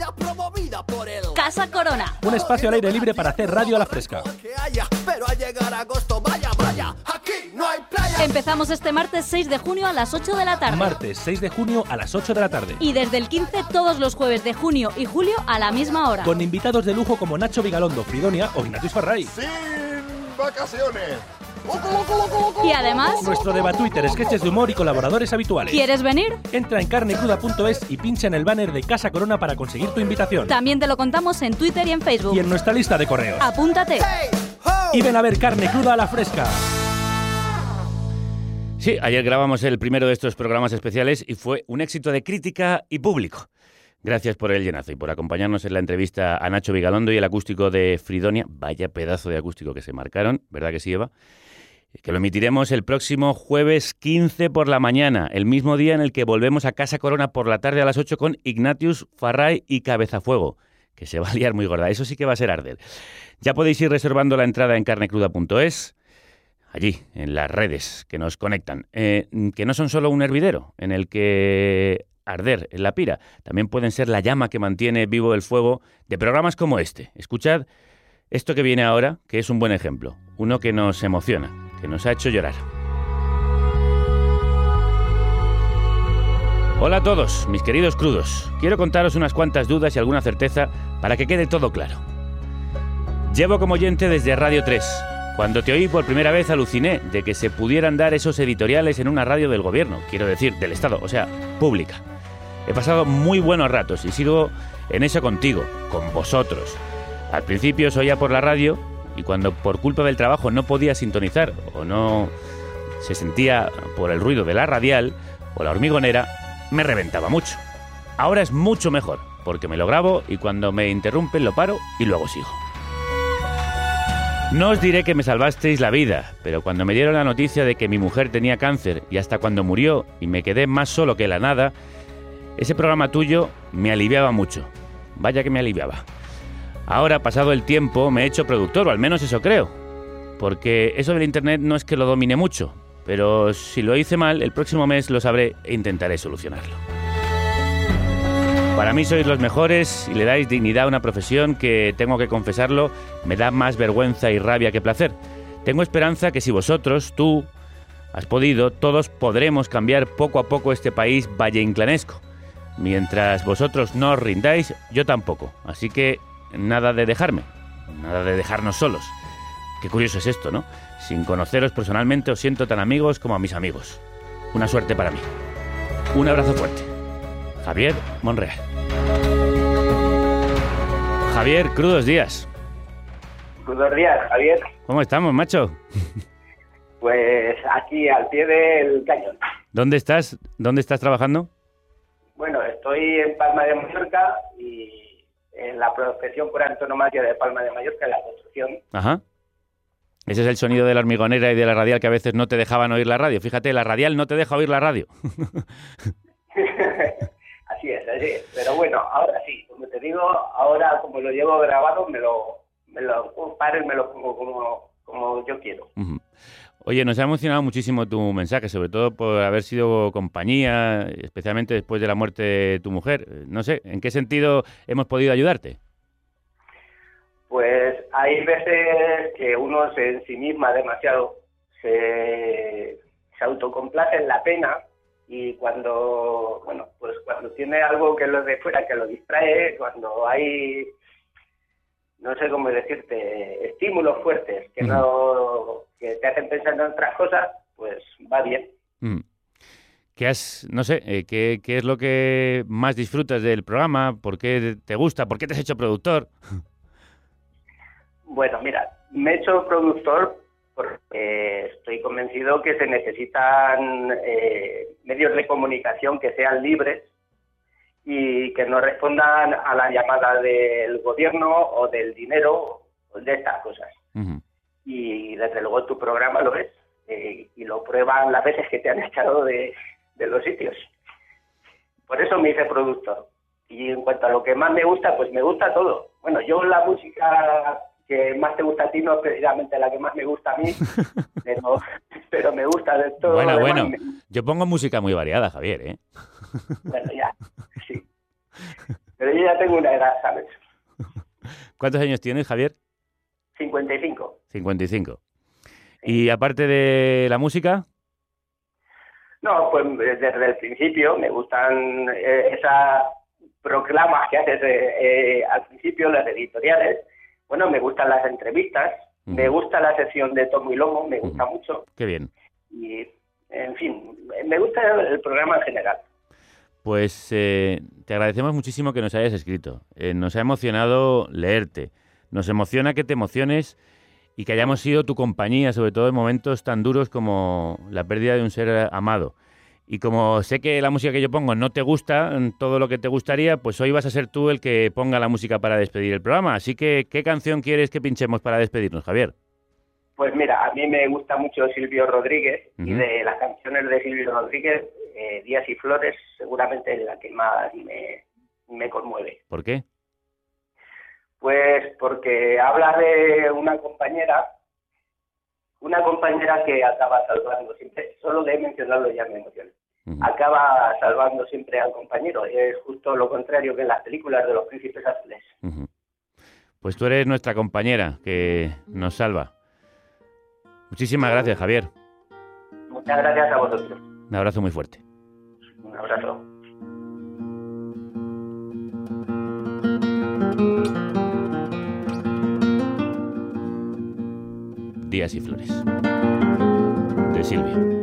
S14: Casa Corona.
S7: Un espacio al aire libre para hacer radio a la fresca.
S3: Pero al llegar agosto, vaya, aquí no hay playa.
S14: Empezamos este martes 6 de junio a las 8 de la tarde.
S7: Martes 6 de junio a las 8 de la tarde.
S14: Y desde el 15 todos los jueves de junio y julio a la misma hora.
S7: Con invitados de lujo como Nacho Vigalondo, Fridonia o Ignatius Farray.
S3: Sin vacaciones.
S14: Y además,
S7: nuestro Debatwitter, sketches de humor y colaboradores habituales.
S14: ¿Quieres venir?
S7: Entra en carnecruda.es y pincha en el banner de Casa Corona para conseguir tu invitación.
S14: También te lo contamos en Twitter y en Facebook.
S7: Y en nuestra lista de correos.
S14: Apúntate.
S7: Y ven a ver Carne Cruda a la fresca.
S6: Sí, ayer grabamos el primero de estos programas especiales y fue un éxito de crítica y público. Gracias por el llenazo y por acompañarnos en la entrevista a Nacho Vigalondo y el acústico de Fridonia. Vaya pedazo de acústico que se marcaron, ¿verdad que sí, Eva? Que lo emitiremos el próximo jueves 15 por la mañana, el mismo día en el que volvemos a Casa Corona por la tarde a las 8 con Ignatius Farray y Cabezafuego, que se va a liar muy gorda. Eso sí que va a ser arder. Ya podéis ir reservando la entrada en carnecruda.es, allí, en las redes que nos conectan, que no son solo un hervidero en el que arder en la pira, también pueden ser la llama que mantiene vivo el fuego de programas como este. Escuchad esto que viene ahora, que es un buen ejemplo, uno que nos emociona, que nos ha hecho llorar. Hola a todos, mis queridos crudos. Quiero contaros unas cuantas dudas y alguna certeza para que quede todo claro. Llevo como oyente desde Radio 3. Cuando te oí por primera vez aluciné de que se pudieran dar esos editoriales en una radio del gobierno, quiero decir, del Estado, o sea, pública. He pasado muy buenos ratos y sigo en eso contigo, con vosotros. Al principio os oía por la radio y cuando por culpa del trabajo no podía sintonizar o no se sentía por el ruido de la radial o la hormigonera, me reventaba mucho. Ahora es mucho mejor, porque me lo grabo y cuando me interrumpen lo paro y luego sigo. No os diré que me salvasteis la vida, pero cuando me dieron la noticia de que mi mujer tenía cáncer y hasta cuando murió y me quedé más solo que la nada, ese programa tuyo me aliviaba mucho. Vaya que me aliviaba. Ahora, pasado el tiempo, me he hecho productor, o al menos eso creo. Porque eso del internet no es que lo domine mucho, pero si lo hice mal, el próximo mes lo sabré e intentaré solucionarlo. Para mí sois los mejores y le dais dignidad a una profesión que, tengo que confesarlo, me da más vergüenza y rabia que placer. Tengo esperanza que si vosotros, tú, has podido, todos podremos cambiar poco a poco este país valleinclanesco. Mientras vosotros no os rindáis, yo tampoco. Así que nada de dejarme, nada de dejarnos solos. Qué curioso es esto, ¿no? Sin conoceros personalmente os siento tan amigos como a mis amigos. Una suerte para mí. Un abrazo fuerte. Javier Monreal. Javier, crudos días.
S4: Crudos días, Javier.
S6: ¿Cómo estamos, macho?
S4: Pues aquí, al pie del cañón.
S6: ¿Dónde estás? ¿Dónde estás trabajando?
S4: Bueno, estoy en Palma de Mallorca y en la profesión por antonomasia de Palma de Mallorca, en la construcción.
S6: Ajá. Ese es el sonido de la hormigonera y de la radial que a veces no te dejaban oír la radio. Fíjate, la radial no te deja oír la radio.
S4: Así es. Pero bueno, ahora sí, como te digo, ahora como lo llevo grabado, me lo paro y me lo pongo como yo quiero.
S6: Uh-huh. Oye, nos ha emocionado muchísimo tu mensaje, sobre todo por haber sido compañía, especialmente después de la muerte de tu mujer. No sé, ¿en qué sentido hemos podido ayudarte?
S4: Pues hay veces que uno se ensimisma demasiado, se autocomplace en la pena y cuando tiene algo que lo de fuera, que lo distrae, cuando hay, no sé cómo decirte, estímulos fuertes que que te hacen pensar en otras cosas, pues va bien.
S6: ¿Qué es lo que más disfrutas del programa? ¿Por qué te gusta? ¿Por qué te has hecho productor?
S4: Bueno, mira, me he hecho productor porque estoy convencido que se necesitan medios de comunicación que sean libres y que no respondan a la llamada del gobierno o del dinero o de estas cosas.
S6: Ujú.
S4: Y desde luego tu programa lo es y lo prueban las veces que te han echado de los sitios. Por eso me hice productor. Y en cuanto a lo que más me gusta, pues me gusta todo. Bueno, yo la música que más te gusta a ti no es precisamente la que más me gusta a mí, pero me gusta de todo.
S6: Bueno,
S4: lo demás.
S6: bueno, yo pongo música muy variada, Javier, ¿eh?
S4: Bueno, ya, sí. Pero yo ya tengo una edad, ¿sabes?
S6: ¿Cuántos años tienes, Javier?
S4: 55.
S6: 55. ¿Y aparte de la música?
S4: No, pues desde el principio me gustan esas proclamas que haces al principio, las editoriales. Bueno, me gustan las entrevistas, me gusta la sección de Tomo y Lomo, me gusta mucho.
S6: Qué bien.
S4: Y, en fin, me gusta el programa en general.
S6: Pues te agradecemos muchísimo que nos hayas escrito. Nos ha emocionado leerte. Nos emociona que te emociones y que hayamos sido tu compañía, sobre todo en momentos tan duros como la pérdida de un ser amado. Y como sé que la música que yo pongo no te gusta, todo lo que te gustaría, pues hoy vas a ser tú el que ponga la música para despedir el programa. Así que, ¿qué canción quieres que pinchemos para despedirnos, Javier?
S4: Pues mira, a mí me gusta mucho Silvio Rodríguez y de las canciones de Silvio Rodríguez, Días y Flores, seguramente es la que más me conmueve.
S6: ¿Por qué?
S4: Pues porque habla de una compañera que acaba salvando siempre, solo de mencionarlo ya me emociona. Acaba salvando siempre al compañero, es justo lo contrario que en las películas de los príncipes azules.
S6: Pues tú eres nuestra compañera que nos salva. Muchísimas gracias, Javier.
S4: Muchas gracias a vosotros.
S6: Un abrazo muy fuerte.
S4: Un abrazo.
S6: Días y Flores, de Silvio.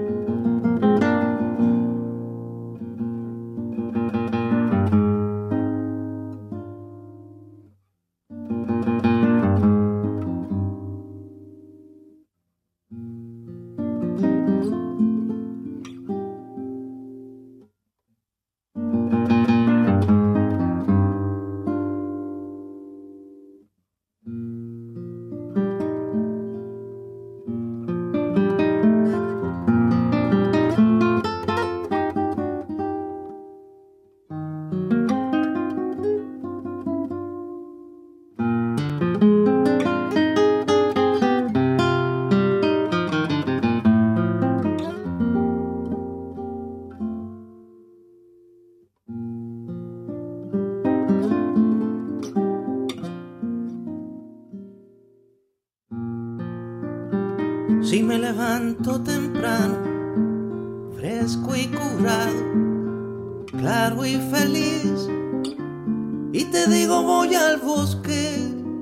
S8: Si me levanto temprano, fresco y curado, claro y feliz, y te digo voy al bosque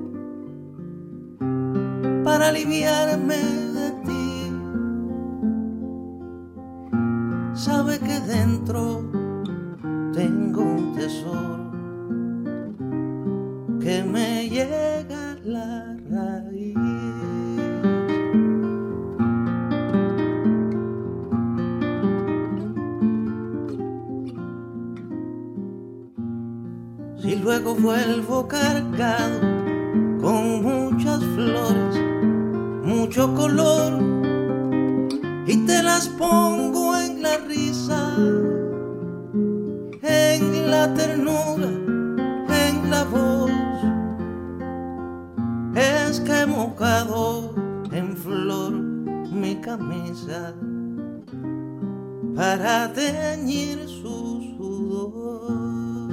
S8: para aliviarme de ti, sabe que dentro tengo un tesoro que me llega a la raíz. Y luego vuelvo cargado con muchas flores, mucho color, y te las pongo en la risa, en la ternura, en la voz. Es que he mojado en flor mi camisa para teñir su sudor.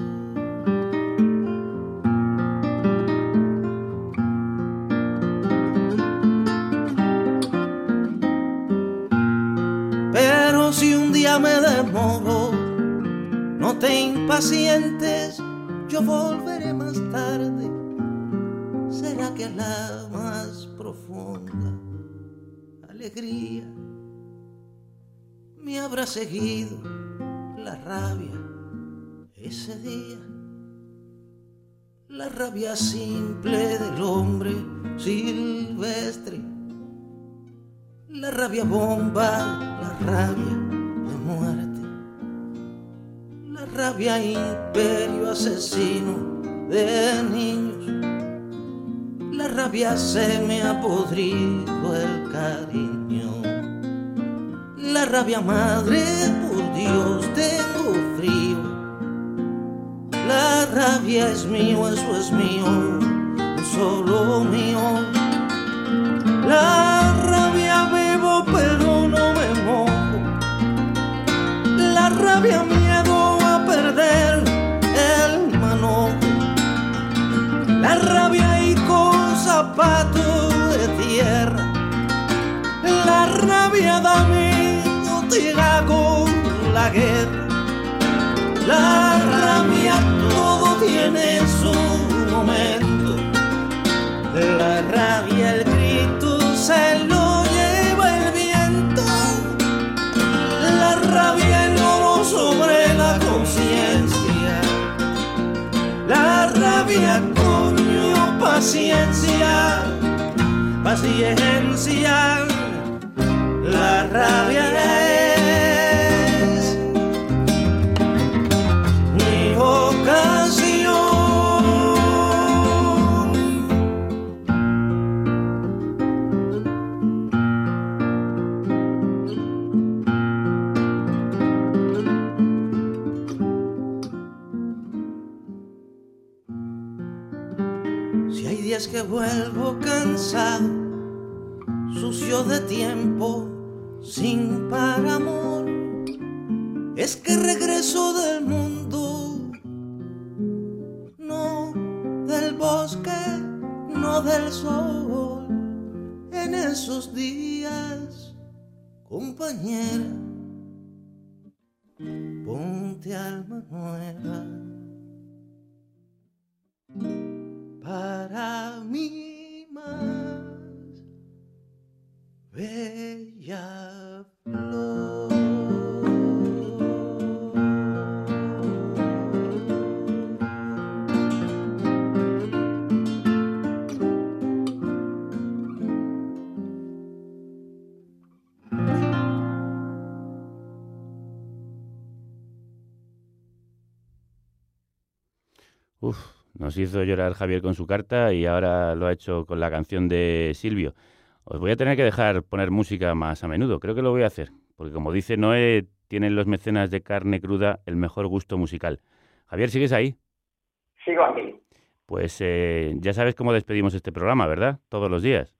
S8: Pero si un día me demoro, no te impacientes, yo volveré más tarde. Será que a la más profunda alegría me habrá seguido la rabia ese día. la rabia simple del hombre silvestre, la rabia bomba, la rabia de muerte, la rabia imperio asesino de niños, la rabia se me ha podrido el cariño, la rabia madre, por Dios tengo frío, la rabia es mío, eso es mío, solo mío. La rabia bebo pero no me mojo, la rabia miedo a perder el manojo, la rabia y con zapato de tierra, la rabia da miedo tira con la guerra, la rabia todo tiene su momento, la rabia el grito se lo lleva el viento, la rabia el oro sobre la conciencia, la rabia coño paciencia, paciencia, la rabia es mi ocasión. Es que vuelvo cansado, sucio de tiempo, sin par amor. Es que regreso del mundo, no del bosque, no del sol. En esos días, compañera, ponte alma nueva. Para mí más bella flor.
S6: Nos hizo llorar Javier con su carta y ahora lo ha hecho con la canción de Silvio. Os voy a tener que dejar poner música más a menudo, creo que lo voy a hacer, porque como dice Noé, tienen los mecenas de Carne Cruda el mejor gusto musical. Javier, ¿sigues ahí?
S4: Sigo aquí.
S6: Pues ya sabes cómo despedimos este programa, ¿verdad? Todos los días.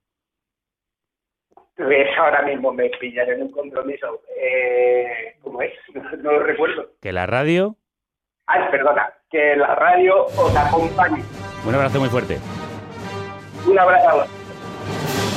S4: Pues ahora mismo me pillan en un compromiso. ¿Cómo es? No lo recuerdo.
S6: Que la radio...
S4: Ay, perdona. Que la radio os acompañe.
S6: Un abrazo muy fuerte.
S4: Un abrazo.